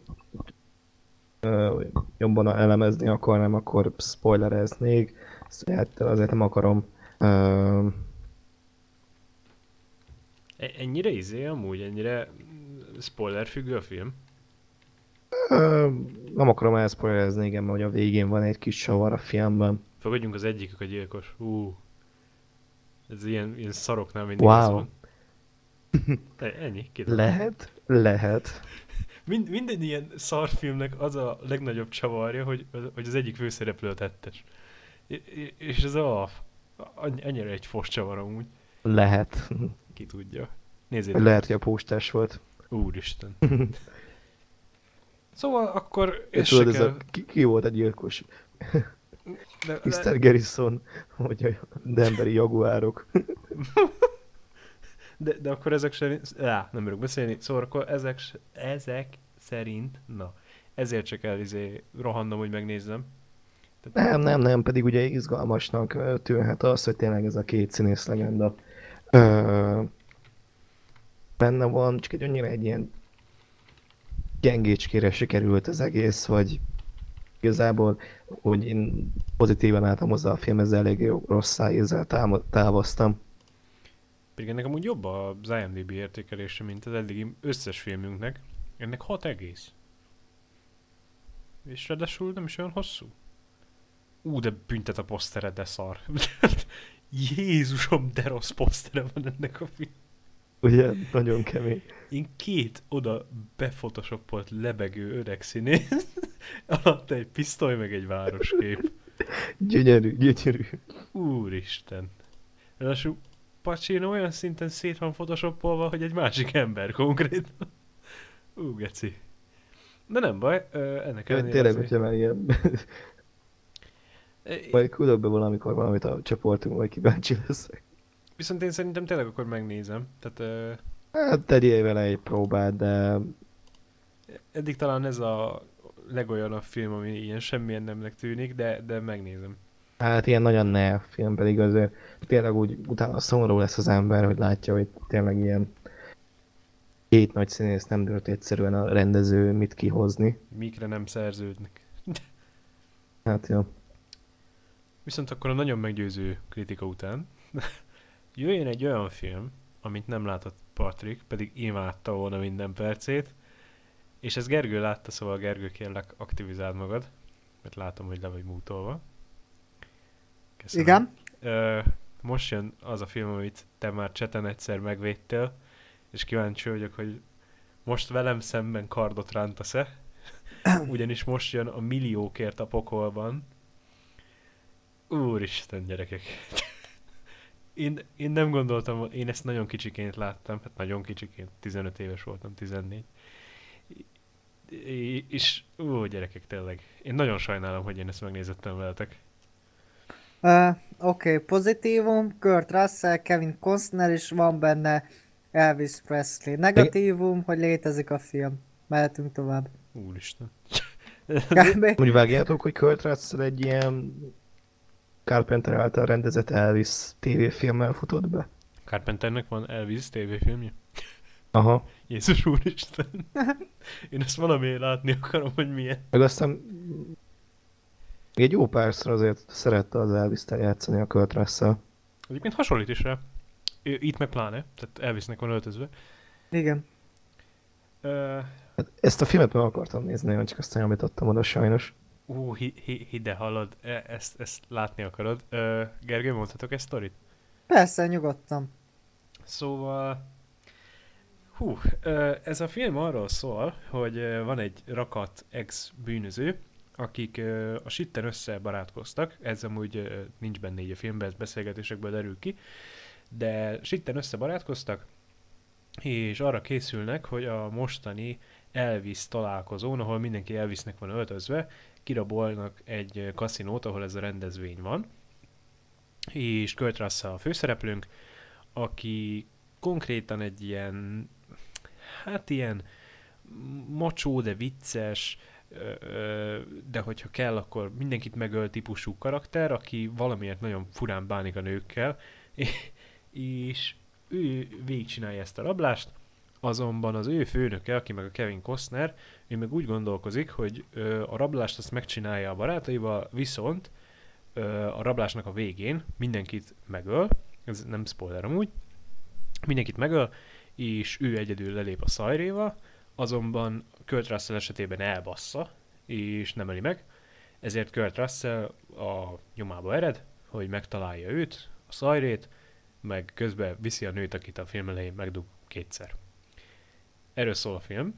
jobban elemezni akarnám, akkor spoilereznék, hát azért nem akarom. Ennyire amúgy, ennyire spoiler függő a film? Nem akarom elszpoilerezni, igen, mert hogy a végén van egy kis csavar a filmben. Fogadjunk, az egyikük a gyilkos. Ez ilyen szaroknál mindig az Wow. van. Ennyi, két. Lehet. Minden ilyen szarfilmnek az a legnagyobb csavarja, hogy az egyik főszereplő a tettes. És ez annyira egy fos csavar amúgy. Lehet. Ki tudja. Nézzétek. Lehet, hogy a postás volt. Úristen. Szóval akkor És tudod, ez a, ki volt a gyilkos? Mr. Garrison, vagy a denveri jaguárok. De akkor ezek szerint... nem bírok beszélni. Szóval akkor ezek szerint... Na, ezért csak rohannom, hogy megnézzem. Nem, pedig ugye izgalmasnak tűnhet az, hogy tényleg ez a két színész legenda benne van, csak egy ilyen gyengécskére sikerült az egész, vagy igazából úgy én pozitívan álltam hozzá a filmhez, eléggé rossz érzzel távoztam. Pedig ennek amúgy jobb az IMDb értékelése, mint az eddigi összes filmünknek. Ennek 6 egész. És ráadásul nem is olyan hosszú. De büntet a posztere, de szar. Jézusom, de rossz posztere van ennek a film. Ugye, nagyon kemény. Én 2 oda befotoshopolt lebegő öreg színész, alatta egy pisztoly meg egy városkép. Gyönyörű. Úristen. Ráadásul Pacino olyan szinten szét van photoshopolva, hogy egy másik ember konkrétan. Geci. De nem baj, ennek ellenére tényleg, hogyha már ilyen... Majd küldök be valamikor valamit a csoportunk, majd kíváncsi leszek. Viszont én szerintem tényleg akkor megnézem. Tehát... Hát tegyél vele egy próbát, de... Eddig talán ez a legolyanabb film, ami ilyen semmilyen nemnek tűnik, de megnézem. Hát ilyen nagyon ne film, pedig azért tényleg úgy utána szomorú lesz az ember, hogy látja, hogy tényleg ilyen két nagy színész nem tudott egyszerűen a rendező mit kihozni. Mikre nem szerződnek. Hát jó. Viszont akkor a nagyon meggyőző kritika után jöjjön egy olyan film, amit nem látott Patrik, pedig imádta volna minden percét, és ezt Gergő látta, szóval Gergő, kérlek, aktivizáld magad, mert látom, hogy le vagy mútolva. Köszönöm. Igen. Most jön az a film, amit te már cseten egyszer megvédtél, és kíváncsi vagyok, hogy most velem szemben kardot rántasz-e, ugyanis most jön a Milliókért a pokolban. Úristen, gyerekek! Én nem gondoltam, én ezt nagyon kicsiként láttam, hát nagyon kicsiként, 15 éves voltam, 14. És gyerekek, tényleg. Én nagyon sajnálom, hogy én ezt megnézettem veletek. Oké, pozitívum, Kurt Russell, Kevin Costner, és van benne Elvis Presley. Negatívum, hogy létezik a film. Mehetünk tovább. Úristen. Úgy vágjátok, hogy Kurt Russell egy ilyen Carpenter által rendezett Elvis tévéfilmmel futott be. Carpenternek van Elvis tévéfilmje? Aha. Jézus úristen. Én ezt valamiért látni akarom, hogy milyen. Meg aztán egy jó párszor azért szerette az Elvis-tel játszani a Kurt Russell. Egyébként hasonlít is rá. Itt meg pláne, tehát Elvisnek van öltözve. Igen. Ö, Hát ezt a filmet meg akartam nézni, csak aztán említettem oda sajnos. hidd el, hallod, ezt látni akarod. Gergő, mondhatok ezt sztorit? Persze, nyugodtan. Szóval... ez a film arról szól, hogy van egy rakat ex-bűnöző, akik a sitten összebarátkoztak, ez amúgy nincs benne így a filmben, ez beszélgetésekből derül ki, de sitten összebarátkoztak, és arra készülnek, hogy a mostani Elvis találkozón, ahol mindenki Elvisnek van öltözve, kirabolnak egy kaszinót, ahol ez a rendezvény van, és Kurt Russell a főszereplőnk, aki konkrétan egy ilyen, hát ilyen macsó, de vicces, de hogyha kell, akkor mindenkit megöl típusú karakter, aki valamiért nagyon furán bánik a nőkkel, és ő végigcsinálja ezt a rablást, azonban az ő főnöke, aki meg a Kevin Costner, ő meg úgy gondolkozik, hogy a rablást azt megcsinálja a barátaival, viszont a rablásnak a végén mindenkit megöl, ez nem spoiler amúgy, mindenkit megöl, és ő egyedül lelép a szajréval, azonban Kurt Russell esetében elbassza, és nem öli meg, ezért Kurt Russell a nyomába ered, hogy megtalálja őt, a szajrét, meg közben viszi a nőt, akit a film elején megdug kétszer. Erről szól a film,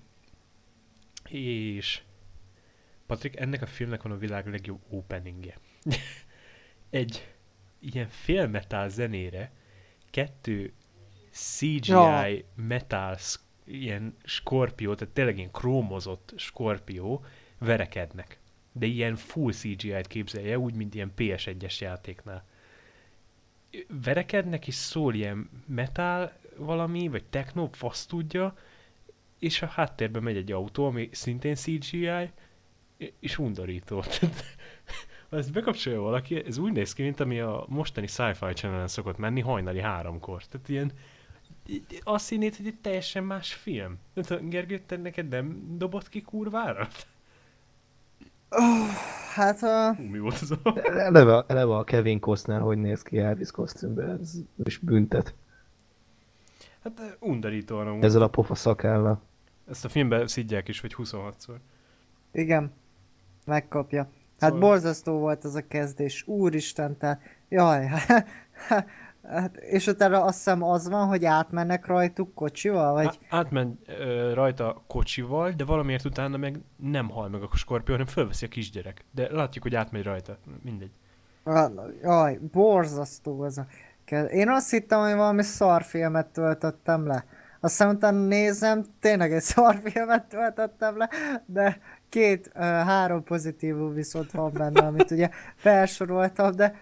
és Patrik, ennek a filmnek van a világ legjobb openingje. Egy ilyen félmetál zenére 2 CGI metal ilyen skorpió, tehát tényleg ilyen krómozott skorpió verekednek. De ilyen full CGI-t képzelje, úgy, mint ilyen PS1-es játéknál. Verekednek, és szól ilyen metal valami, vagy techno, fasz tudja, és a háttérben megy egy autó, ami szintén CGI, és undorító. Ha ezt bekapcsolja valaki, ez úgy néz ki, mint ami a mostani Sci-Fi Channel-en szokott menni hajnali 3-kor. Tehát ilyen azt hinnéd, hogy egy teljesen más film. Nem tudom, Gergő, te neked nem dobott ki kurvára? Hát Mi volt az Eleve a Kevin Costner hogy néz ki Elvis kosztümben, ez is büntet. Hát undorítóan amúgy. Ezzel a pofa szakállal. Ezt a filmben szidják is, hogy 26-szor. igen, megkapja. Hát Szóval- borzasztó volt az a kezdés, úristen, tehát, jaj, hát, és utána azt hiszem az van, hogy átmennek rajtuk kocsival, vagy... Átment rajta kocsival, de valamiért utána meg nem hal meg a skorpió, hanem fölveszi a kisgyerek. De látjuk, hogy átmegy rajta. Mindegy. Jaj, borzasztó az a... Én azt hittem, hogy valami szarfilmet töltöttem le. Aztán utána nézem, tényleg egy szarfilmet töltöttem le, de 3 pozitívum viszont van benne, amit ugye felsoroltam, de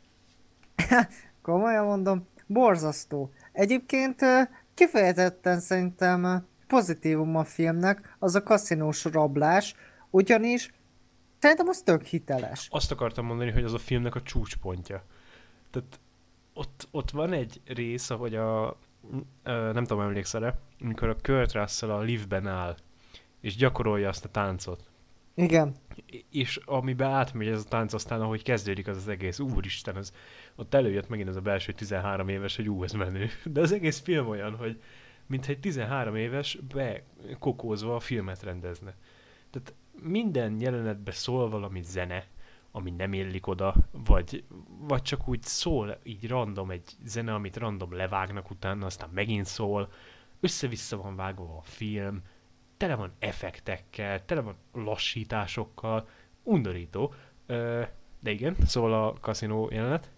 komolyan mondom, borzasztó. Egyébként kifejezetten szerintem pozitívum a filmnek az a kaszinós rablás, ugyanis szerintem az tök hiteles. Azt akartam mondani, hogy az a filmnek a csúcspontja. Tehát ott van egy rész, ahogy nem tudom, emlékszel-e, amikor a Kurt Russell a liftben áll, és gyakorolja azt a táncot. Igen. És amiben átmegy ez a tánc, aztán ahogy kezdődik az egész, úristen, ott előjött megint ez a belső 13 éves, hogy ez menő. De az egész film olyan, hogy mintha egy 13 éves bekokózva a filmet rendezne. Tehát minden jelenetben szól valami zene, ami nem illik oda, vagy csak úgy szól így random egy zene, amit random levágnak utána, aztán megint szól, össze-vissza van vágva a film, tele van effektekkel, tele van lassításokkal, undorító. De igen, szóval a kaszinó jelenet.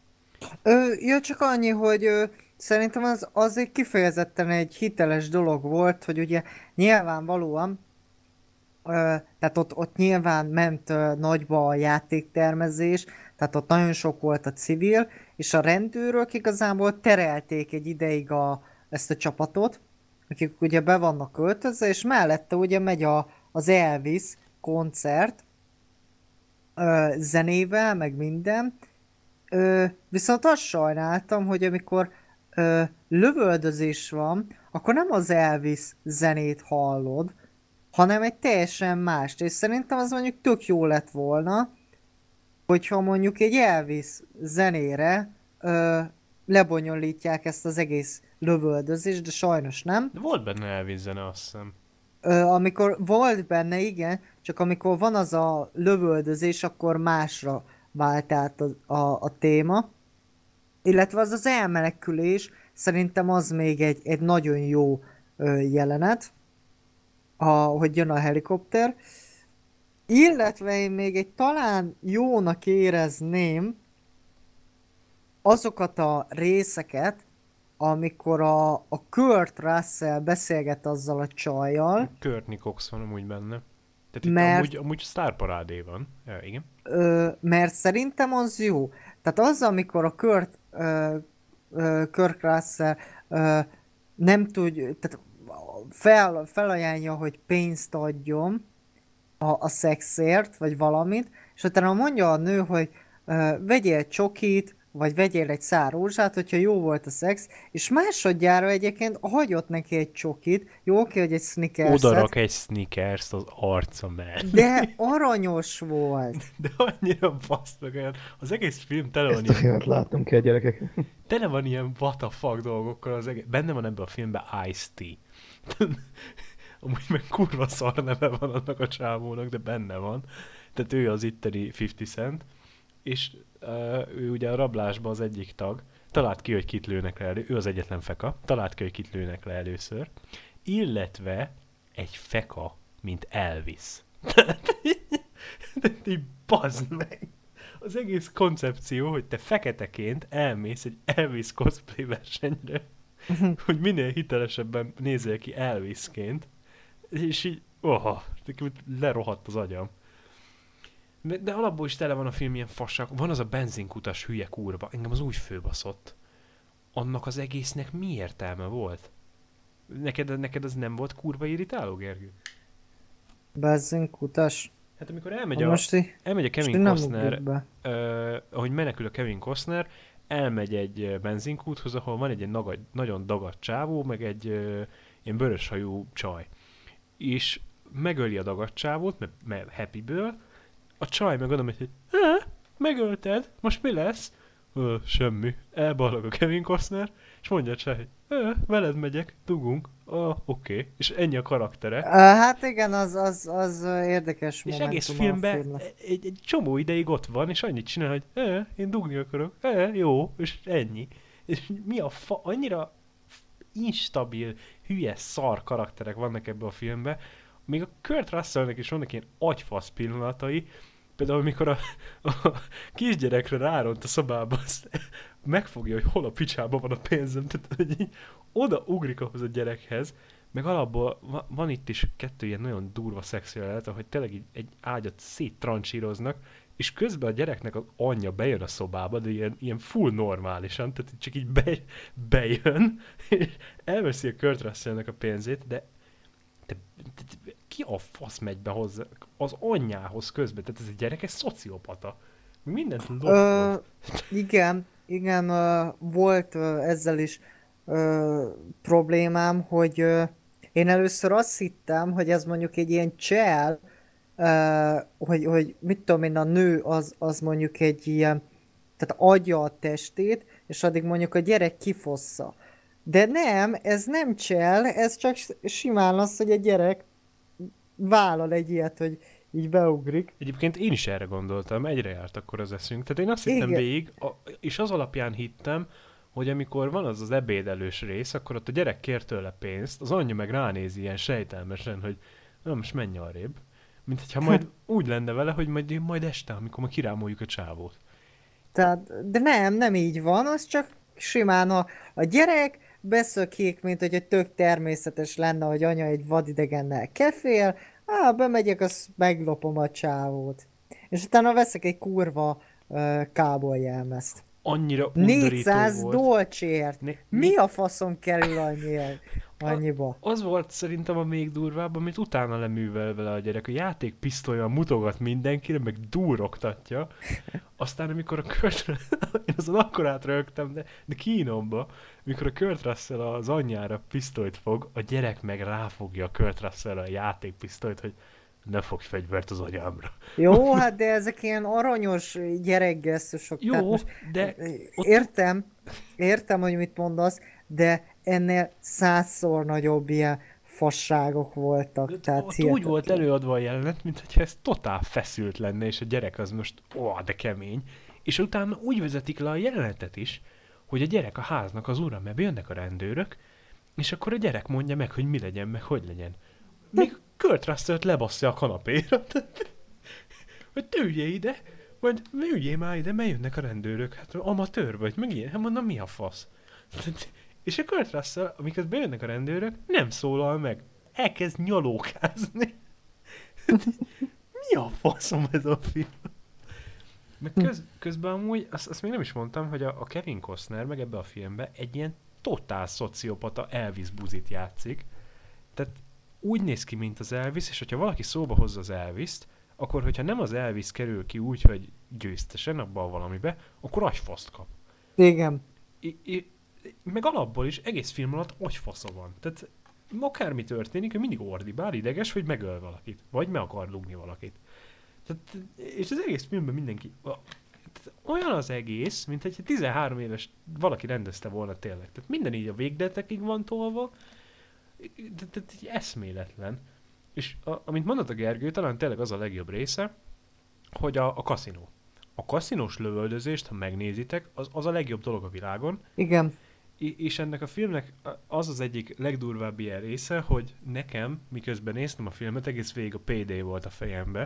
Ja, csak annyi, hogy szerintem az egy kifejezetten egy hiteles dolog volt, hogy ugye nyilvánvalóan, tehát ott nyilván ment nagyba a játéktermezés, tehát ott nagyon sok volt a civil, és a rendőrök igazából terelték egy ideig ezt a csapatot, akik ugye be vannak költözve, és mellette ugye megy az Elvis koncert zenével, meg minden, Viszont azt sajnáltam, hogy amikor lövöldözés van, akkor nem az Elvis zenét hallod, hanem egy teljesen mást. És szerintem az mondjuk tök jó lett volna, hogyha mondjuk egy Elvis zenére lebonyolítják ezt az egész lövöldözést, de sajnos nem. De volt benne Elvis zene, azt hiszem. Amikor volt benne, igen, csak amikor van az a lövöldözés, akkor másra vált át a téma. Illetve az az elmenekülés, szerintem az még egy nagyon jó jelenet, hogy jön a helikopter. Illetve én még egy talán jónak érezném azokat a részeket, amikor a Kurt Russell beszélget azzal a csajjal, Courtney Cox van amúgy benne. Tehát itt mert, amúgy sztárparádé van. Igen. mert szerintem az jó. Tehát az, amikor a Kurt Russell nem tud, tehát felajánlja, hogy pénzt adjon a szexért, vagy valamit, és utána mondja a nő, hogy vegyél csokit, vagy vegyél egy szár rózsát, hogyha jó volt a szex, és másodjára egyébként hagyott neki egy csokit, jó, oké, hogy egy Snickerset. Odarak egy Snickers az arca mellé. De aranyos volt. De annyira baszt meg olyan. Az egész film tele van Ezt a filmet látnom kell, gyerekek. Tele van ilyen what the fuck dolgokkal az egész. Benne van ebben a filmben Ice-T. Amúgy meg kurva szar neve van annak a csávónak, de benne van. Tehát ő az itteni 50 Cent. És ő ugye a rablásban az egyik tag. Talált ki, hogy kit lőnek le ő az egyetlen feka. Talált ki, hogy kit lőnek le először. Illetve egy feka, mint Elvis. Tehát így bazd meg. Az egész koncepció, hogy te feketeként elmész egy Elvis cosplay versenyre, hogy minél hitelesebben nézzél ki Elvisként, és így, lerohadt az agyam. De alapból is tele van a film ilyen fasság. Van az a benzinkutas hülye kurva, engem az úgy főbaszott. Annak az egésznek mi értelme volt? Neked az nem volt kurva irritáló, Gergő? Benzinkutas. Hát amikor elmegy a Kevin Costner, ahogy menekül a Kevin Costner, elmegy egy benzinkúthoz, ahol van egy ilyen nagyon dagadt csávó, meg egy ilyen vöröshajú csaj. És megöli a dagadt csávót, mert happyből, a csaj meg oda megy, hogy megölted, most mi lesz? Semmi. Elballag a Kevin Costner, és mondja a csaj, hogy veled megyek, dugunk. Oké. És ennyi a karaktere. Hát igen, az érdekes és momentum egész a filmben egy csomó ideig ott van, és annyit csinál, hogy én dugni akarok, jó, és ennyi. És mi a annyira instabil, hülye, szar karakterek vannak ebben a filmben, még a Kurt Russellnek is vannak ilyen agyfasz pillanatai, például amikor a kisgyerekre ráront a szobába, megfogja, hogy hol a picsában van a pénzem, tehát hogy így odaugrik ahhoz a gyerekhez, meg alapból van itt is 2 ilyen nagyon durva szexuálet, ahogy tényleg így egy ágyat széttrancsíroznak, és közben a gyereknek az anyja bejön a szobába, de ilyen full normálisan, tehát csak így bejön, és elveszi a Kurt Russellnek a pénzét, de ki a fasz megy be hozzá az anyjához közben? Tehát ez a gyerek, ez szociopata. Mindent lopott. Igen, volt ezzel is problémám, hogy én először azt hittem, hogy ez mondjuk egy ilyen csel, hogy mit tudom én, a nő az mondjuk egy ilyen, tehát adja a testét, és addig mondjuk a gyerek kifossza. De nem, ez nem csel, ez csak simán az, hogy a gyerek vállal egy ilyet, hogy így beugrik. Egyébként én is erre gondoltam, egyre járt akkor az eszünk. Tehát én azt hittem végig, és az alapján hittem, hogy amikor van az ebédelős rész, akkor ott a gyerek kér tőle pénzt, az anyja meg ránézi ilyen sejtelmesen, hogy na most menj arrébb. Mint hogyha majd úgy lenne vele, hogy majd este, amikor ma kirámoljuk a csávót. Tehát, de nem így van, az csak simán a gyerek beszökik, mint hogy tök természetes lenne, hogy anya egy vadidegennel kefél, bemegyek, azt meglopom a csávót. És utána veszek egy kurva káboljelmezt. Annyira undorító 400 volt. dolcsért! Mi a faszon kerül annyiért? Annyiba. Az volt szerintem a még durvább, amit utána leművel vele a gyerek. A játékpisztolya mutogat mindenkire, meg durogtatja. Aztán amikor a Kurt én azon akkorát rögtem, de kínomba, mikor a Kurt Russell az anyjára pisztolyt fog, a gyerek meg ráfogja a Kurt Russell a játékpisztolyt, hogy ne fogj fegyvert az anyámra. Jó, hát de ezek ilyen aranyos gyerekgesztusok. Jó, most, de... értem, hogy mit mondasz, de ennél 100-szor nagyobb ilyen fasságok voltak. De Tehát ott úgy volt előadva a jelenet, mint hogyha ez totál feszült lenne, és a gyerek az most, de kemény. És utána úgy vezetik le a jelenetet is, hogy a gyerek a háznak az ura, mert jönnek a rendőrök, és akkor a gyerek mondja meg, hogy mi legyen, meg hogy legyen. Még Kurt Russell-t lebasszja a kanapéra. Hogy te üljél ide, vagy üljél már ide, mert jönnek a rendőrök. Hát amatőr vagy, meg ilyen. Hát mondom, mi a fasz? És a Kurt Russell, amikor bejönnek a rendőrök, nem szólal meg. Elkezd nyalókázni. Mi a faszom ez a film? Meg közben amúgy, azt még nem is mondtam, hogy a Kevin Costner meg ebbe a filmbe egy ilyen totál szociopata Elvis buzit játszik. Tehát úgy néz ki, mint az Elvis, és hogyha valaki szóba hozza az Elvist, akkor hogyha nem az Elvis kerül ki úgy, hogy győztesen abban valamibe, akkor agyfaszt kap. Igen. Meg alapból is egész film alatt agyfasza van. Tehát akármi történik, ő mindig ordibál, ideges, hogy megöl valakit. Vagy meg akar lugni valakit. Tehát, és az egész filmben mindenki... olyan az egész, mint egy 13 éves valaki rendezte volna tényleg. Tehát minden így a végletekig van tolva. Tehát eszméletlen. És amit mondott a Gergő, talán tényleg az a legjobb része, hogy a kaszinó. A kaszinós lövöldözést, ha megnézitek, az a legjobb dolog a világon. Igen. És ennek a filmnek az az egyik legdurvább ilyen része, hogy nekem, miközben néztem a filmet, egész végig a PD volt a fejembe.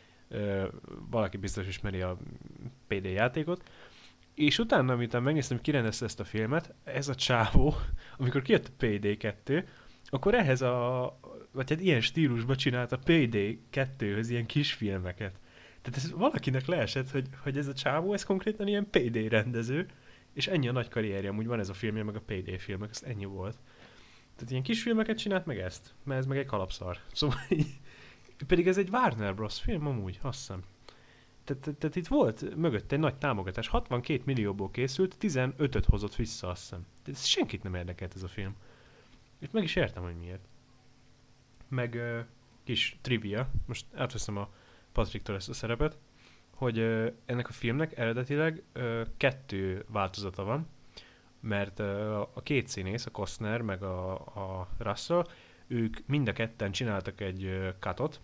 Valaki biztos ismeri a PD játékot. És utána, miután megnéztem, hogy kirendezte ezt a filmet, ez a csávó, amikor kijött a PD2, akkor ehhez vagy hát ilyen stílusban csinált a PD2-höz ilyen kisfilmeket. Tehát ez valakinek leesett, hogy ez a csávó, ez konkrétan ilyen PD rendező, és ennyi a nagy karrierje, amúgy van ez a filmje, meg a PD filmek, ez ennyi volt. Tehát ilyen kisfilmeket csinált meg ezt, mert ez meg egy kalapszar. Szóval így, pedig ez egy Warner Bros. Film amúgy, azt hiszem. Tehát itt volt mögött egy nagy támogatás, 62 millióból készült, 15-öt hozott vissza, azt hiszem. Tehát senkit nem érdekelt ez a film. És meg is értem, hogy miért. Meg kis trivia, most átveszem a Patriktól ezt a szerepet, hogy ennek a filmnek eredetileg 2 változata van, mert a két színész, a Costner meg a Russell, ők mind a ketten csináltak egy cutot,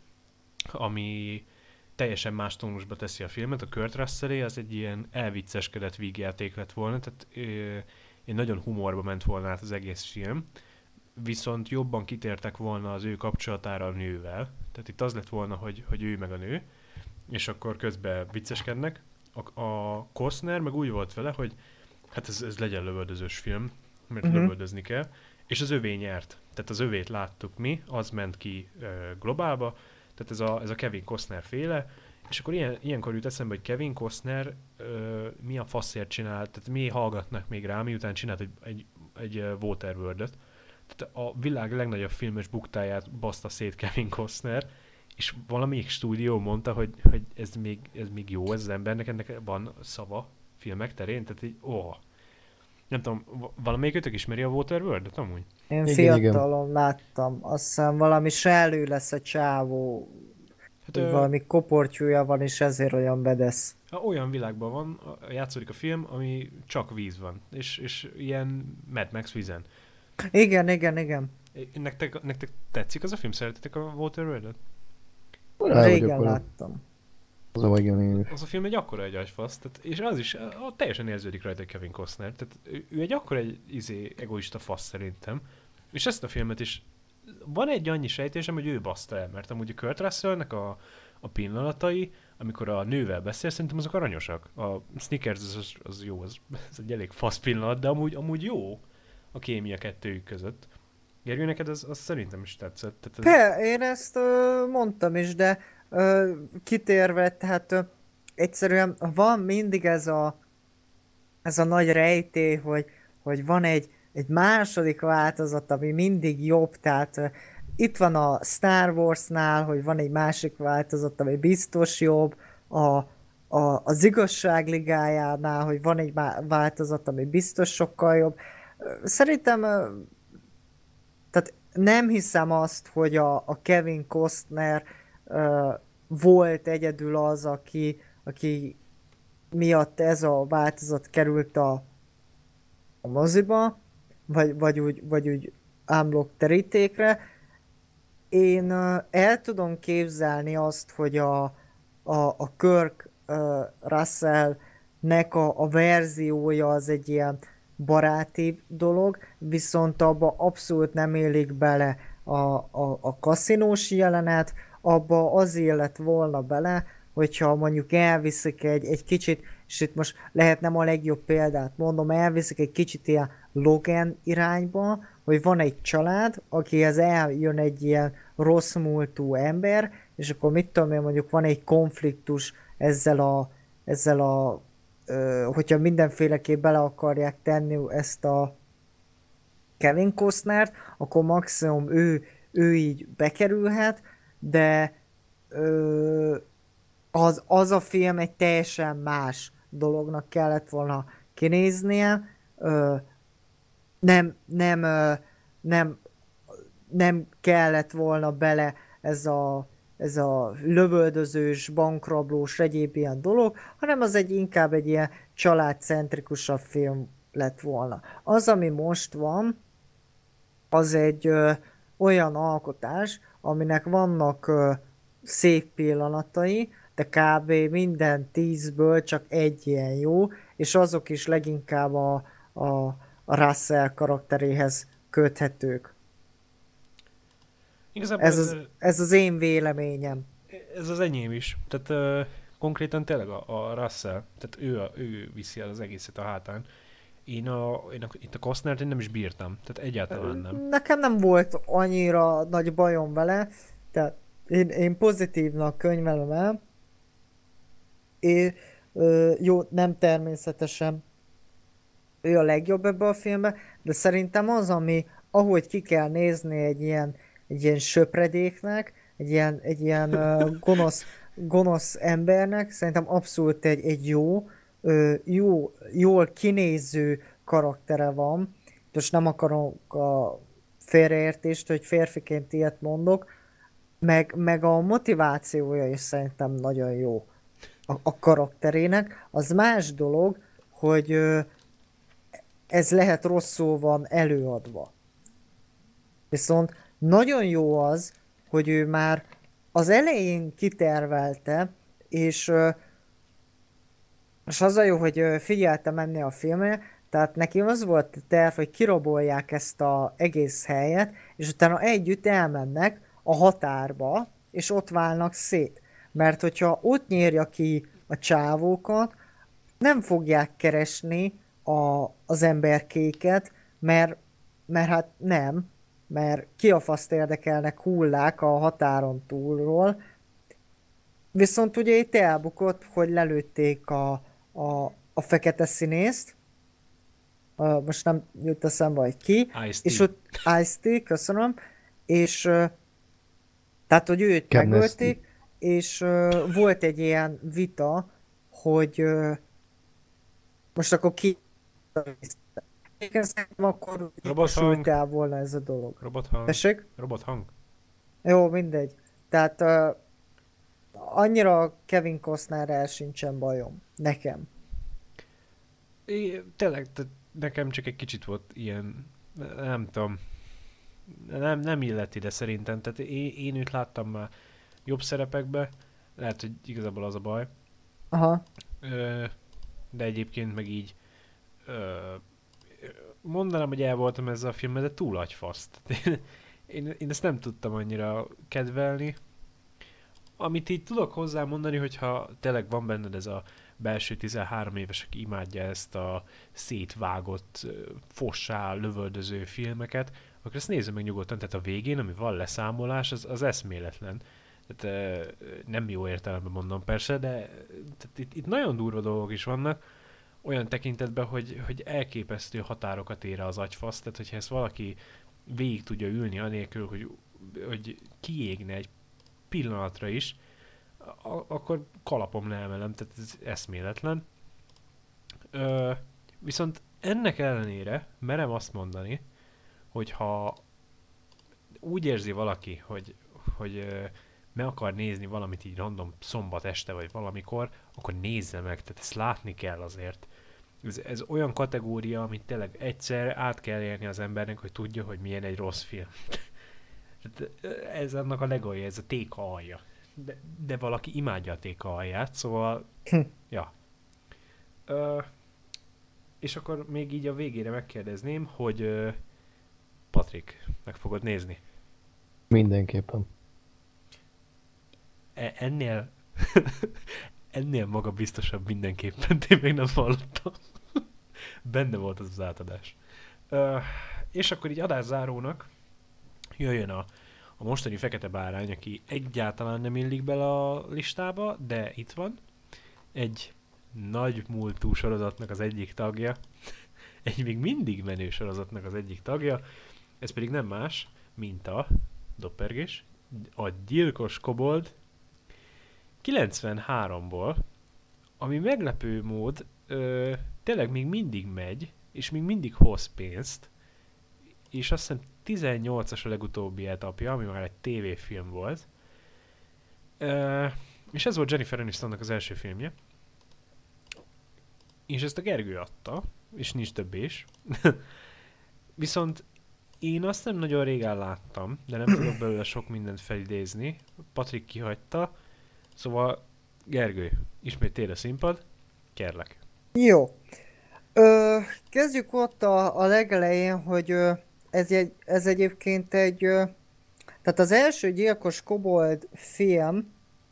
ami teljesen más tónusba teszi a filmet. A Kurt Russellé az egy ilyen elvicceskedett vígjáték lett volna, tehát egy nagyon humorba ment volna át az egész film, viszont jobban kitértek volna az ő kapcsolatára a nővel. Tehát itt az lett volna, hogy ő meg a nő, és akkor közben vicceskednek. A Costner meg úgy volt vele, hogy hát ez legyen lövöldözős film, mert lövöldözni kell, és az övé nyert. Tehát az övét láttuk mi, az ment ki globálba, tehát ez a Kevin Costner féle, és akkor ilyenkor jut eszembe, hogy Kevin Costner mi a faszért csinált, tehát mi hallgatnak még rá, miután csinált egy Waterworld-öt. Tehát a világ legnagyobb filmes buktáját baszta szét Kevin Costner, és valamelyik stúdió mondta, hogy ez még jó, ez az embernek, ennek van szava filmek terén, tehát így, nem tudom, valamelyikőtök ismeri a Waterworld-et amúgy? Én fiatalon láttam, azt hiszem valami sellő lesz a csávó, hát, valami koportyúja van, és ezért olyan bedesz. Olyan világban van, játszódik a film, ami csak víz van, és ilyen Mad Max vízen. Igen. Nektek tetszik az a film? Szeretitek a Waterworld-et? Régen láttam. Az a film egy akkora egy agyfasz, és az is teljesen érződik rajta Kevin Costner. Tehát ő egy akkora egy egoista fasz szerintem. És ezt a filmet is van egy annyi sejtésem, hogy ő baszta el, mert amúgy a Kurt Russellnek a pillanatai, amikor a nővel beszél, szerintem azok aranyosak. A Snickers az jó, ez egy elég fasz pillanat, de amúgy jó a kémia kettőjük között. Gergő, neked az szerintem is tetszett. Én ezt mondtam is, de kitérve, tehát egyszerűen van mindig ez a nagy rejtély, hogy van egy egy második változat, ami mindig jobb, tehát itt van a Star Warsnál, hogy van egy másik változat, ami biztos jobb, az Igazság Ligájánál, hogy van egy változat, ami biztos sokkal jobb. Szerintem, tehát nem hiszem azt, hogy a Kevin Costner volt egyedül az, aki miatt ez a változat került a moziba, vagy úgy unblock terítékre. Én el tudom képzelni azt, hogy a Kirk Russell-nek a verziója az egy ilyen baráti dolog, viszont abba abszolút nem élik bele a kaszinós jelenet, abba az élet volna bele, hogyha mondjuk elviszik egy kicsit, és itt most lehet nem a legjobb példát mondom, elviszik egy kicsit ilyen Logan irányba, hogy van egy család, akihez eljön egy ilyen rossz múltú ember, és akkor mit tudom én, mondjuk van egy konfliktus ezzel a hogyha mindenféleképp bele akarják tenni ezt a Kevin Costnert, akkor maximum ő így bekerülhet, de az a film egy teljesen más dolognak kellett volna kinéznie. Nem kellett volna bele ez a lövöldözős, bankrablós, egyéb ilyen dolog, hanem az inkább egy ilyen családcentrikusabb film lett volna. Az, ami most van, az egy olyan alkotás, aminek vannak szép pillanatai, de kb. Minden 10-ből csak egy ilyen jó, és azok is leginkább a Russell karakteréhez köthetők. Igazából ez az én véleményem. Ez az enyém is. Tehát konkrétan tényleg a Russell, tehát ő viszi el az egészet a hátán. Itt a Costnert én nem is bírtam, tehát egyáltalán nem. Nekem nem volt annyira nagy bajom vele, tehát én pozitívnak könyvelem el. Jó, nem természetesen ő a legjobb ebbe a filmbe, de szerintem az, ahogy ki kell nézni egy ilyen söpredéknek, egy ilyen gonosz embernek, szerintem abszolút egy jól kinéző karaktere van. Most nem akarok a félreértést, hogy férfiként ilyet mondok, meg a motivációja is szerintem nagyon jó a karakterének. Az más dolog, hogy ez lehet rosszul van előadva. Viszont nagyon jó az, hogy ő már az elején kitervelte, és az a jó, hogy figyelte menni a filmre, tehát neki az volt a terv, hogy kirabolják ezt az egész helyet, és utána együtt elmennek a határba, és ott válnak szét. Mert hogyha ott nyírja ki a csávókat, nem fogják keresni az emberkéket, mert hát nem, mert ki a faszt érdekelnek hullák a határon túlról. Viszont ugye itt elbukott, hogy lelőtték a fekete színészt, most nem jut eszembe, hogy ki, Ice-T. és ott Ice-T, köszönöm, és tehát, hogy őt megölték, és volt egy ilyen vita, hogy most akkor ki akkor sült el volna ez a dolog. Robothang. Tessék? Robothang. Jó, mindegy. Tehát annyira Kevin Costnerrel sincsen bajom. Nekem. Tényleg, nekem csak egy kicsit volt ilyen, nem tudom, nem illet ide szerintem. Tehát én őt láttam már jobb szerepekbe, lehet, hogy igazából az a baj. Aha. De egyébként meg így mondanám, hogy el voltam ezzel a filmmel, de túl agyfaszt. Én ezt nem tudtam annyira kedvelni. Amit így tudok hozzá mondani, hogyha tényleg van benned ez a belső 13 éves, aki imádja ezt a szétvágott, fossá, lövöldöző filmeket, akkor ezt nézzük meg nyugodtan, tehát a végén, ami van leszámolás, az eszméletlen. Tehát nem jó értelemben mondom persze, de itt nagyon durva dolgok is vannak. olyan tekintetben, hogy elképesztő határokat ér az agyfasz, tehát hogyha ezt valaki végig tudja ülni anélkül, hogy kiégne egy pillanatra is, akkor kalapom leemelem, tehát ez eszméletlen. Viszont ennek ellenére merem azt mondani, hogy ha úgy érzi valaki, hogy meg akar nézni valamit így random szombat este vagy valamikor, akkor nézze meg, tehát ezt látni kell azért. Ez olyan kategória, amit tényleg egyszer át kell élni az embernek, hogy tudja, hogy milyen egy rossz film. Ez annak a legalja, ez a téka alja. De valaki imádja a téka alját, szóval ja. És akkor még így a végére megkérdezném, hogy Patrik, meg fogod nézni? Mindenképpen. Ennél ennél magabiztosabb mindenképpen, én még nem hallottam. Benne volt az átadás. És akkor így adászárónak jöjjön a mostani fekete bárány, aki egyáltalán nem illik bele a listába, de itt van. Egy nagy múltú sorozatnak az egyik tagja. Egy még mindig menő sorozatnak az egyik tagja. Ez pedig nem más, mint a doppergés, a gyilkos kobold 93-ból, ami meglepő mód tényleg még mindig megy, és még mindig hoz pénzt, és azt hiszem 18-as a legutóbbi etapja, ami már egy tévéfilm volt. És ez volt Jennifer Anistonnak az első filmje. És ezt a Gergő adta, és nincs többé is. Viszont én azt nem nagyon régen láttam, de nem tudok belőle sok mindent felidézni. Patrik kihagyta. Szóval, Gergő, ismét tél a színpad. Kérlek. Jó. Kezdjük ott a legelején, hogy ez egyébként tehát az első Gyilkos Kobold film,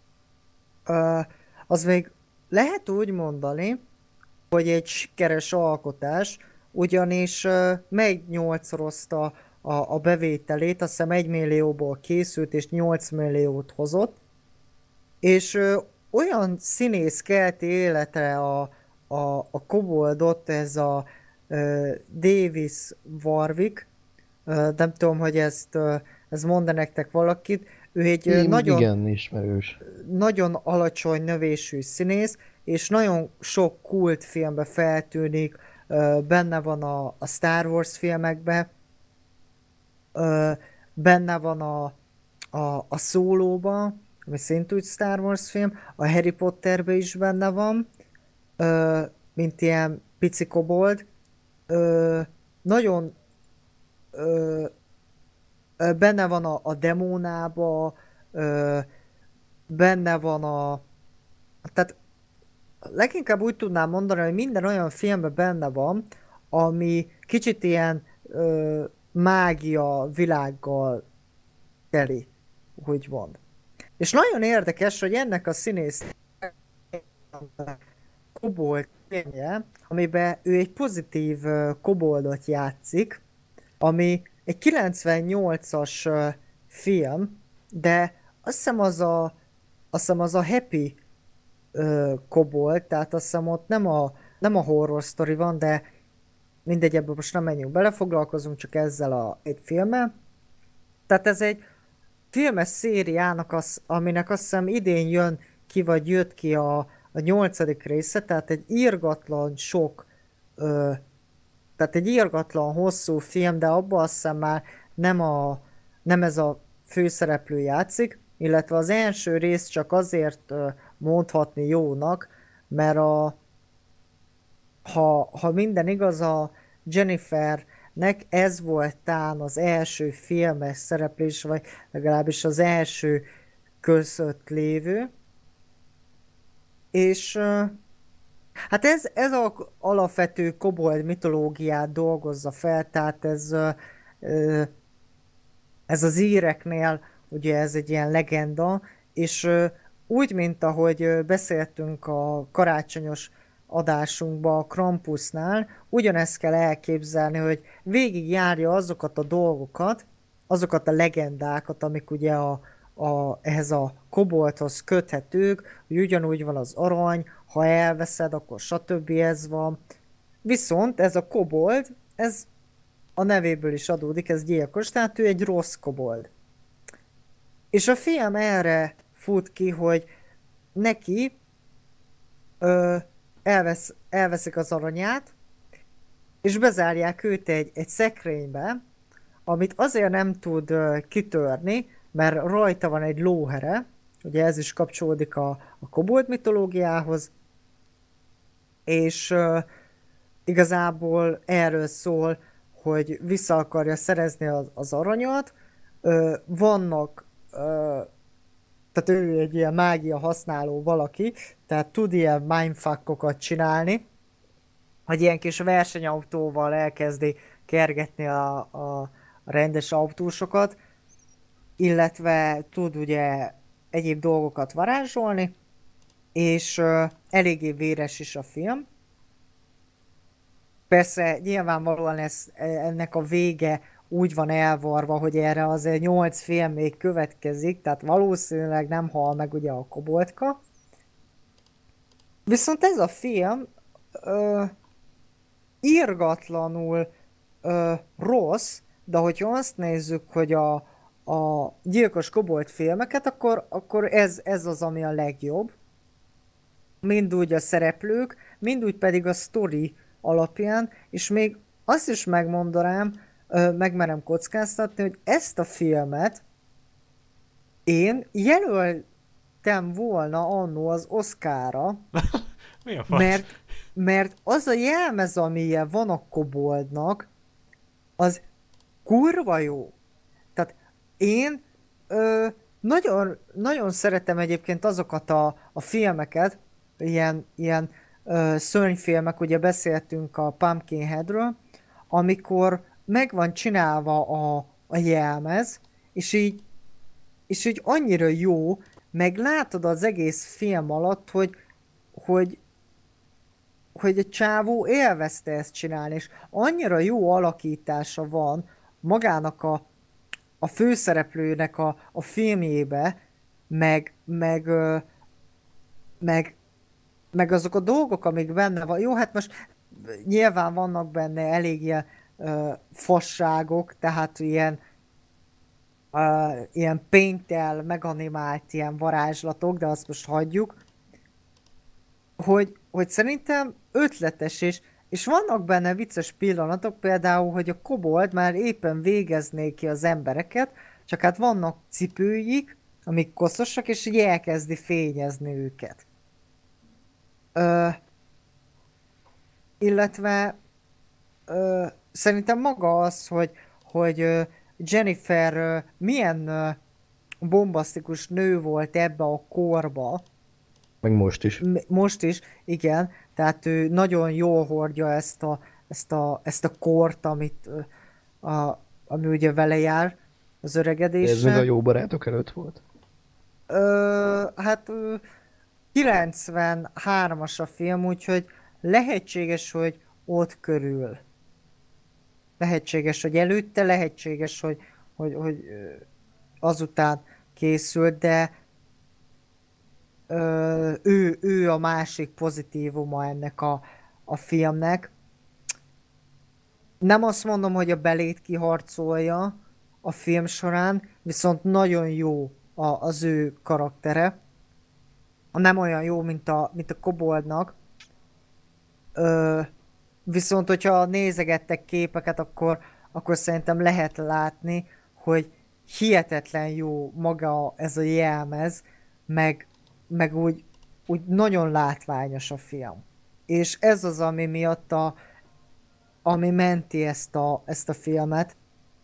az még lehet úgy mondani, hogy egy sikeres alkotás, ugyanis megnyolcszorozta a bevételét, azt hiszem 1 millióból készült és 8 milliót hozott, és olyan színész kelti életre a koboldot, ez a Davis Warwick, nem tudom, hogy ez mond nektek valakit, ő egy igen, ismerős. nagyon alacsony növésű színész, és nagyon sok kult filmbe feltűnik, benne van a Star Wars filmekben, benne van a Szólóban, ami szintúgy Star Wars film, a Harry Potterben is benne van, mint ilyen pici kobold. Nagyon benne van a Demónába, benne van tehát leginkább úgy tudnám mondani, hogy minden olyan filmben benne van, ami kicsit ilyen mágia világgal teli, úgymond. És nagyon érdekes, hogy ennek a színész kobold filmje, amiben ő egy pozitív koboldot játszik, ami egy 98-as film, de azt hiszem az a happy kobold, tehát azt hiszem ott nem a horror story van, de mindegy, ebből most nem menjünk bele, foglalkozunk csak ezzel egy filmmel. Tehát ez egy filmes szériának, aminek azt hiszem idén jön ki, vagy jött ki a 8. része, tehát egy irgatlan sok, tehát egy irgatlan hosszú film, de abban azt hiszem már nem ez a főszereplő játszik, illetve az első rész csak azért mondhatni jónak, mert ha minden igaz, a Jennifernek ez volt tán az első filmes szereplés, vagy legalábbis az első között lévő. És hát ez az alapvető kobold mitológiát dolgozza fel, tehát ez az íreknél ugye ez egy ilyen legenda, és úgy, mint ahogy beszéltünk a karácsonyos adásunkban a Krampusnál, ugyanezt kell elképzelni, hogy végigjárja azokat a dolgokat, azokat a legendákat, amik ugye a ehhez a kobolthoz köthetők, hogy ugyanúgy van az arany, ha elveszed, akkor stb. Ez van. Viszont ez a kobold, ez a nevéből is adódik, ez gyilkos, tehát ő egy rossz kobold. És a film erre fut ki, hogy neki elveszik az aranyát, és bezárják őt egy szekrénybe, amit azért nem tud kitörni, mert rajta van egy lóhere, ugye ez is kapcsolódik a kobold mitológiához, és igazából erről szól, hogy vissza akarja szerezni az aranyat. Vannak, tehát ő egy ilyen mágia használó valaki, tehát tud ilyen mindfuckokat csinálni, hogy ilyen kis versenyautóval elkezdi kergetni a rendes autósokat, illetve tud ugye egyéb dolgokat varázsolni, és eléggé véres is a film. Persze nyilvánvalóan ennek a vége úgy van elvarva, hogy erre azért 8 film még következik, tehát valószínűleg nem hal meg ugye a koboltka. Viszont ez a film irgatlanul rossz, de hogyha azt nézzük, hogy a gyilkos kobold filmeket, akkor ez az, ami a legjobb. Mind úgy a szereplők, mind úgy pedig a sztori alapján, és még azt is megmondanám, megmerem kockáztatni, hogy ezt a filmet én jelöltem volna annó az Oscarra, Mi a fasz? mert az a jelmez, amilyen van a koboldnak, az kurva jó. Tehát én nagyon, nagyon szeretem egyébként azokat a filmeket, ilyen szörnyfilmek, ugye beszéltünk a Pumpkinheadről, amikor meg van csinálva a jelmez, és így annyira jó, meg látod az egész film alatt, hogy a csávó élvezte ezt csinálni, és annyira jó alakítása van magának a főszereplőnek a filmjébe, meg azok a dolgok, amik benne van. Jó, hát most nyilván vannak benne elég ilyen fasságok, tehát ilyen painttel meganimált ilyen varázslatok, de azt most hagyjuk, hogy szerintem ötletes, és vannak benne vicces pillanatok, például, hogy a kobold már éppen végezné ki az embereket, csak hát vannak cipőik, amik koszosak, és így elkezdi fényezni őket. Illetve szerintem maga az, hogy Jennifer milyen bombasztikus nő volt ebbe a korba, Meg most is. most is, igen, tehát ő nagyon jól hordja ezt a kort, ami ugye vele jár, az Ez öregedéssel. még a jó barátok előtt volt. Hát 93-as a film, úgyhogy lehetséges, hogy ott körül. Lehetséges, hogy előtte, lehetséges, hogy azután készült, de ő a másik pozitívuma ennek a filmnek. Nem azt mondom, hogy a belét kiharcolja a film során, viszont nagyon jó az ő karaktere. Nem olyan jó, mint a koboldnak. Viszont, hogyha nézegettek képeket, akkor szerintem lehet látni, hogy hihetetlen jó maga ez a jelmez, meg úgy nagyon látványos a film. És ez az, ami miatt ami menti ezt a filmet,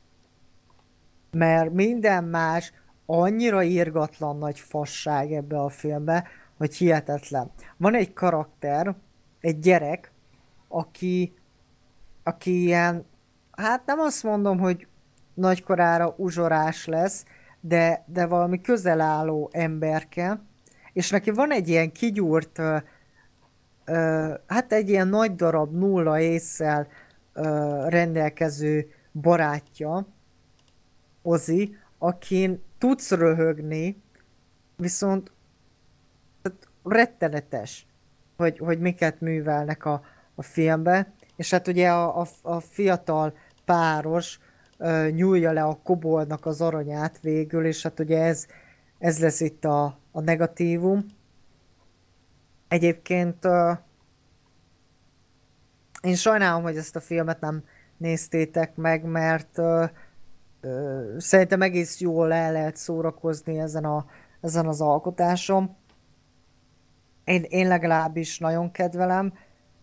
mert minden más annyira irgatlan nagy fasság ebbe a filmbe, hogy hihetetlen. Van egy karakter, egy gyerek, aki ilyen, hát nem azt mondom, hogy nagykorára uzsorás lesz, de valami közelálló emberke, és neki van egy ilyen kigyúrt, hát egy ilyen nagy darab nulla ésszel rendelkező barátja, Ozzy, tudsz röhögni, viszont rettenetes, hogy miket művelnek a filmbe, és hát ugye a fiatal páros nyúlja le a koboldnak az aranyát végül, és hát ugye ez lesz itt a negatívum. Egyébként én sajnálom, hogy ezt a filmet nem néztétek meg, mert szerintem egész jól el lehet szórakozni ezen az alkotáson. Én legalábbis nagyon kedvelem.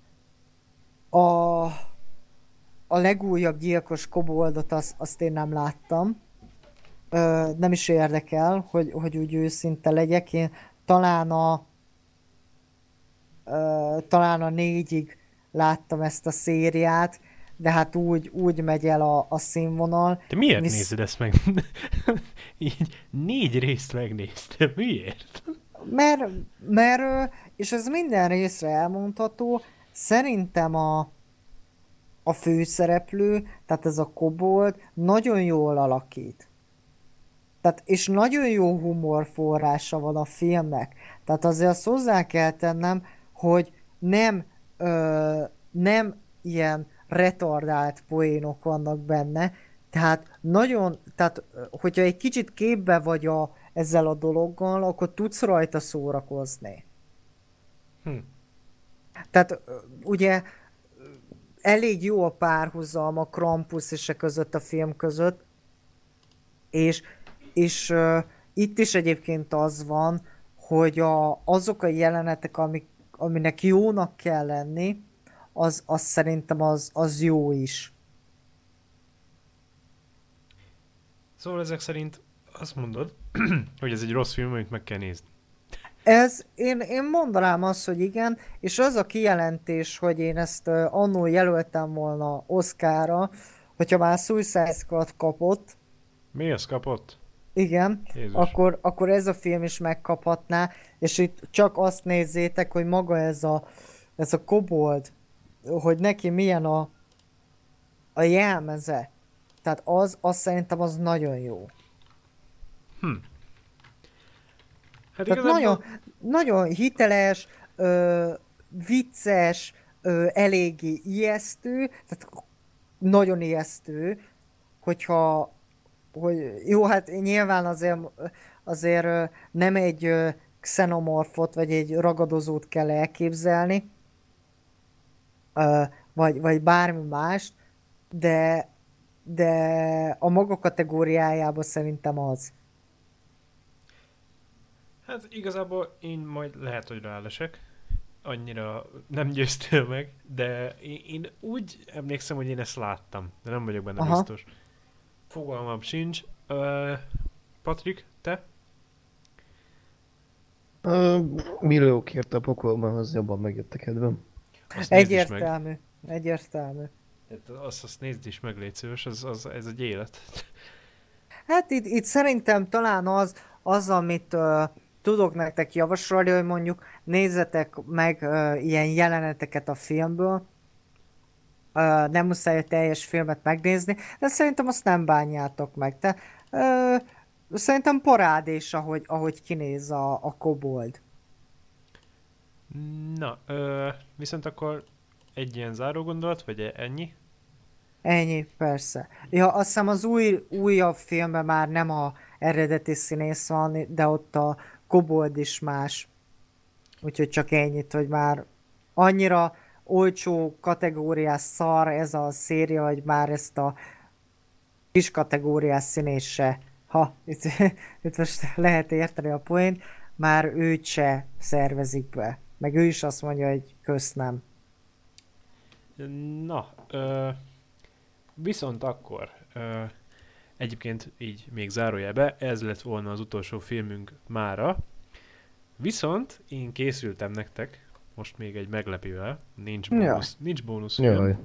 A, a legújabb gyilkos koboldot azt én nem láttam. Nem is érdekel, hogy úgy őszinte legyek. Én talán talán a 4-ig láttam ezt a szériát, de hát úgy megy el a színvonal. Te miért nézed ezt meg? Így 4 részt megnéztem. Miért? Mert és ez minden részre elmondható, szerintem a főszereplő, tehát ez a kobold nagyon jól alakít. Tehát, és nagyon jó humorforrása van a filmnek. Tehát azért azt hozzá kell tennem, hogy nem ilyen retardált poénok vannak benne, tehát hogyha egy kicsit képbe vagy ezzel a dologgal, akkor tudsz rajta szórakozni. Tehát ugye elég jó a párhuzam a Krampus és között a film között, és itt is egyébként az van, hogy azok a jelenetek, aminek jónak kell lenni, az szerintem az jó is. Szóval ezek szerint azt mondod, hogy ez egy rossz film, amit meg kell nézni. Én mondanám azt, hogy igen, és az a kijelentés, hogy én ezt annól jelöltem volna Oscarra, hogyha már Suicide Squad kapott. Mi az kapott? Igen, Jézus. akkor ez a film is megkaphatná, és itt csak azt nézzétek, hogy maga ez a kobold, hogy neki milyen a jelmeze. Tehát az szerintem az nagyon jó. Hát Tehát igazából... nagyon hiteles, vicces, eléggé ijesztő, tehát nagyon ijesztő, hogy jó, hát nyilván azért nem egy xenomorfot, vagy egy ragadozót kell elképzelni, vagy bármi mást, de a maga kategóriájában szerintem az. Hát igazából én majd lehet, hogy rálesek. Annyira nem győztél meg, de én úgy emlékszem, hogy én ezt láttam, de nem vagyok benne biztos. Fogalmam sincs. Patrik, te? Milliókért a pokolban, az jobban megjött a kedvem. Egyértelmű. Azt nézd is meg, légy szíves, ez egy élet. Hát itt szerintem talán az amit tudok nektek javasolni, hogy mondjuk nézzetek meg ilyen jeleneteket a filmből. Nem muszáj a teljes filmet megnézni, de szerintem azt nem bánjátok meg. Szerintem parádés, ahogy kinéz a kobold. Na, viszont akkor egy ilyen záró gondolat, vagy ennyi? Ennyi, persze. Ja, azt hiszem az újabb filmben már nem a eredeti színész van, de ott a kobold is más. Úgyhogy csak ennyit, hogy már annyira olcsó kategóriás szar ez a széria, hogy már ezt a kis kategóriás színés se. Itt most lehet érteni a poént, már őt se szervezik be. Meg ő is azt mondja, hogy köszönöm. Na, viszont akkor egyébként így még zárójelbe, ez lett volna az utolsó filmünk mára. Viszont én készültem nektek most még egy meglepővel, nincs bónusz film.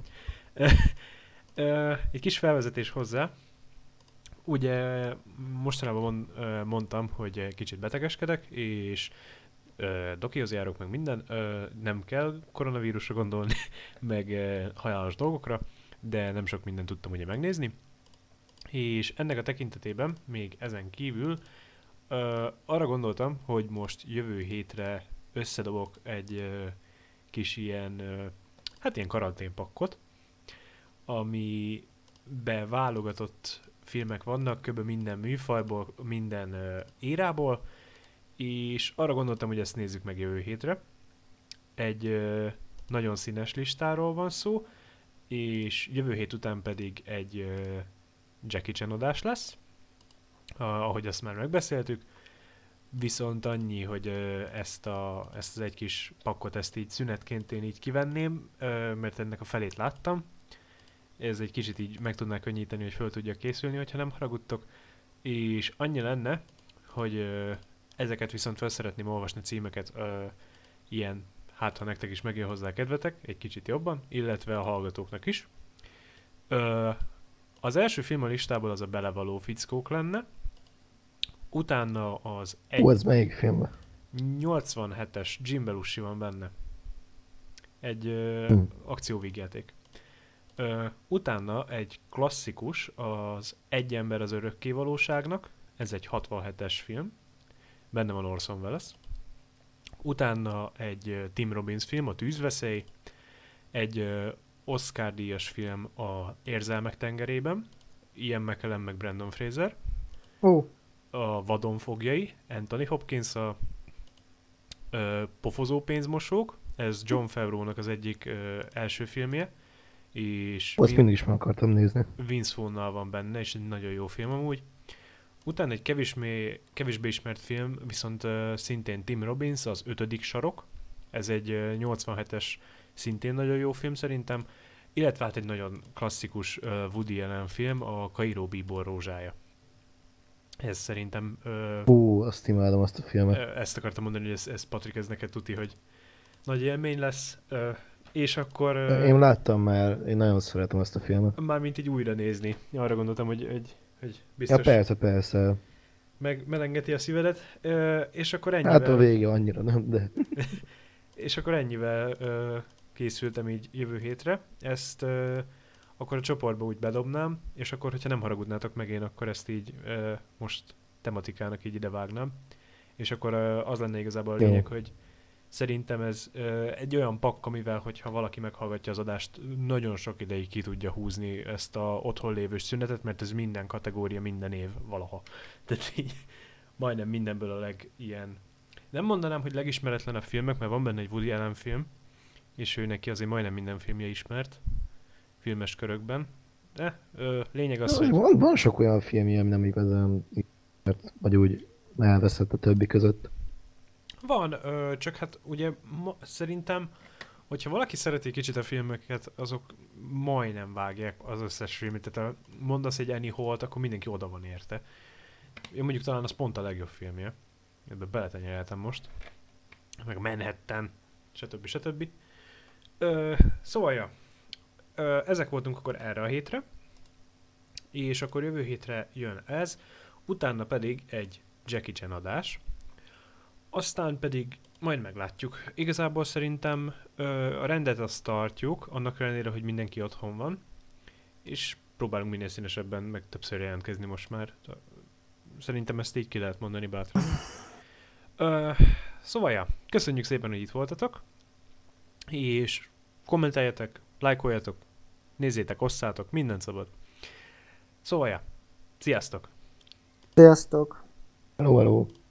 Egy kis felvezetés hozzá. Ugye mostanában mondtam, hogy kicsit betegeskedek, és dokihoz járok, meg minden, nem kell koronavírusra gondolni, meg halálos dolgokra, de nem sok mindent tudtam ugye megnézni. És ennek a tekintetében még ezen kívül arra gondoltam, hogy most jövő hétre összedobok egy kis ilyen, hát ilyen karanténpakkot, amiben válogatott filmek vannak, kb. Minden műfajból, minden érából, és arra gondoltam, hogy ezt nézzük meg jövő hétre. Egy nagyon színes listáról van szó, és jövő hét után pedig egy Jackie Chan adás lesz, ahogy azt már megbeszéltük, viszont annyi, hogy ezt az egy kis pakkot, ezt így szünetként én így kivenném, mert ennek a felét láttam. Ez egy kicsit így meg tudná könnyíteni, hogy föl tudja készülni, hogyha nem haragudtok. És annyi lenne, hogy ezeket viszont fel szeretném olvasni címeket, ilyen, hát ha nektek is megjön hozzá kedvetek, egy kicsit jobban, illetve a hallgatóknak is. Az első film a listából az a Belevaló fickók lenne, utána az Ez melyik film? 87-es Jim Belushi van benne. Egy akcióvígjáték. Utána egy klasszikus, az Egy ember az örökké valóságnak, ez egy 67-es film, benne van Orson Welles. Utána egy Tim Robbins film, a Tűzveszély, egy Oscar-díjas film, a Érzelmek tengerében, Ian McKellen meg Brandon Fraser. A Vadon fogjai, Anthony Hopkins, a Pofozó pénzmosók, ez John Favreau-nak az egyik első filmje, és Azt mindig is meg akartam nézni. Vince Vaughn-nal van benne, és egy nagyon jó film amúgy. Utána egy kevésbé ismert film, viszont szintén Tim Robbins, az Ötödik sarok, ez egy 87-es, szintén nagyon jó film szerintem, illetve hát egy nagyon klasszikus Woody Allen film, a Kairó bíbor rózsája. Ez szerintem... azt imádom, azt a filmet. Ezt akartam mondani, hogy ez Patrik, ez neked tuti, hogy nagy élmény lesz. És akkor... Én láttam már, én nagyon szeretem azt a filmet. Mármint így újra nézni. Arra gondoltam, hogy biztos... Ja, persze. Melengeti a szívedet. És akkor ennyivel... Hát a vége annyira nem, de... És akkor ennyivel készültem így jövő hétre. Ezt akkor a csoportba úgy bedobnám, és akkor, hogyha nem haragudnátok meg, én akkor ezt így most tematikának így idevágnám. És akkor az lenne igazából a lényeg, hogy szerintem ez egy olyan pakk, amivel, hogyha valaki meghallgatja az adást, nagyon sok ideig ki tudja húzni ezt a otthon lévős szünetet, mert ez minden kategória, minden év valaha. Tehát így majdnem mindenből a ilyen... Nem mondanám, hogy legismeretlenebb filmek, mert van benne egy Woody Allen film, és ő neki azért majdnem minden filmje ismert filmes körökben. De lényeg az, hogy... Van sok olyan filmje, ami nem igazán ismert, vagy úgy elveszett a többi között. Van, csak hát ugye szerintem, hogyha valaki szereti kicsit a filmeket, azok majdnem vágják az összes filmet. Tehát mondasz egy Annie Hall-t, akkor mindenki oda van érte. Én mondjuk talán az pont a legjobb filmje. Ebben beletenyeltem most. Meg Manhattan, stb. Szóval, ja. Ezek voltunk akkor erre a hétre. És akkor jövő hétre jön ez. Utána pedig egy Jackie Chan adás. Aztán pedig majd meglátjuk. Igazából szerintem a rendet azt tartjuk, annak ellenére, hogy mindenki otthon van. És próbálunk minél színesebben meg többször jelentkezni most már. Szerintem ezt így ki lehet mondani bátran. Szóval, ja, köszönjük szépen, hogy itt voltatok. És kommenteljetek, lájkoljatok, nézzétek, osszátok, mindent szabad. Szóval, ja, sziasztok! Sziasztok! Hello.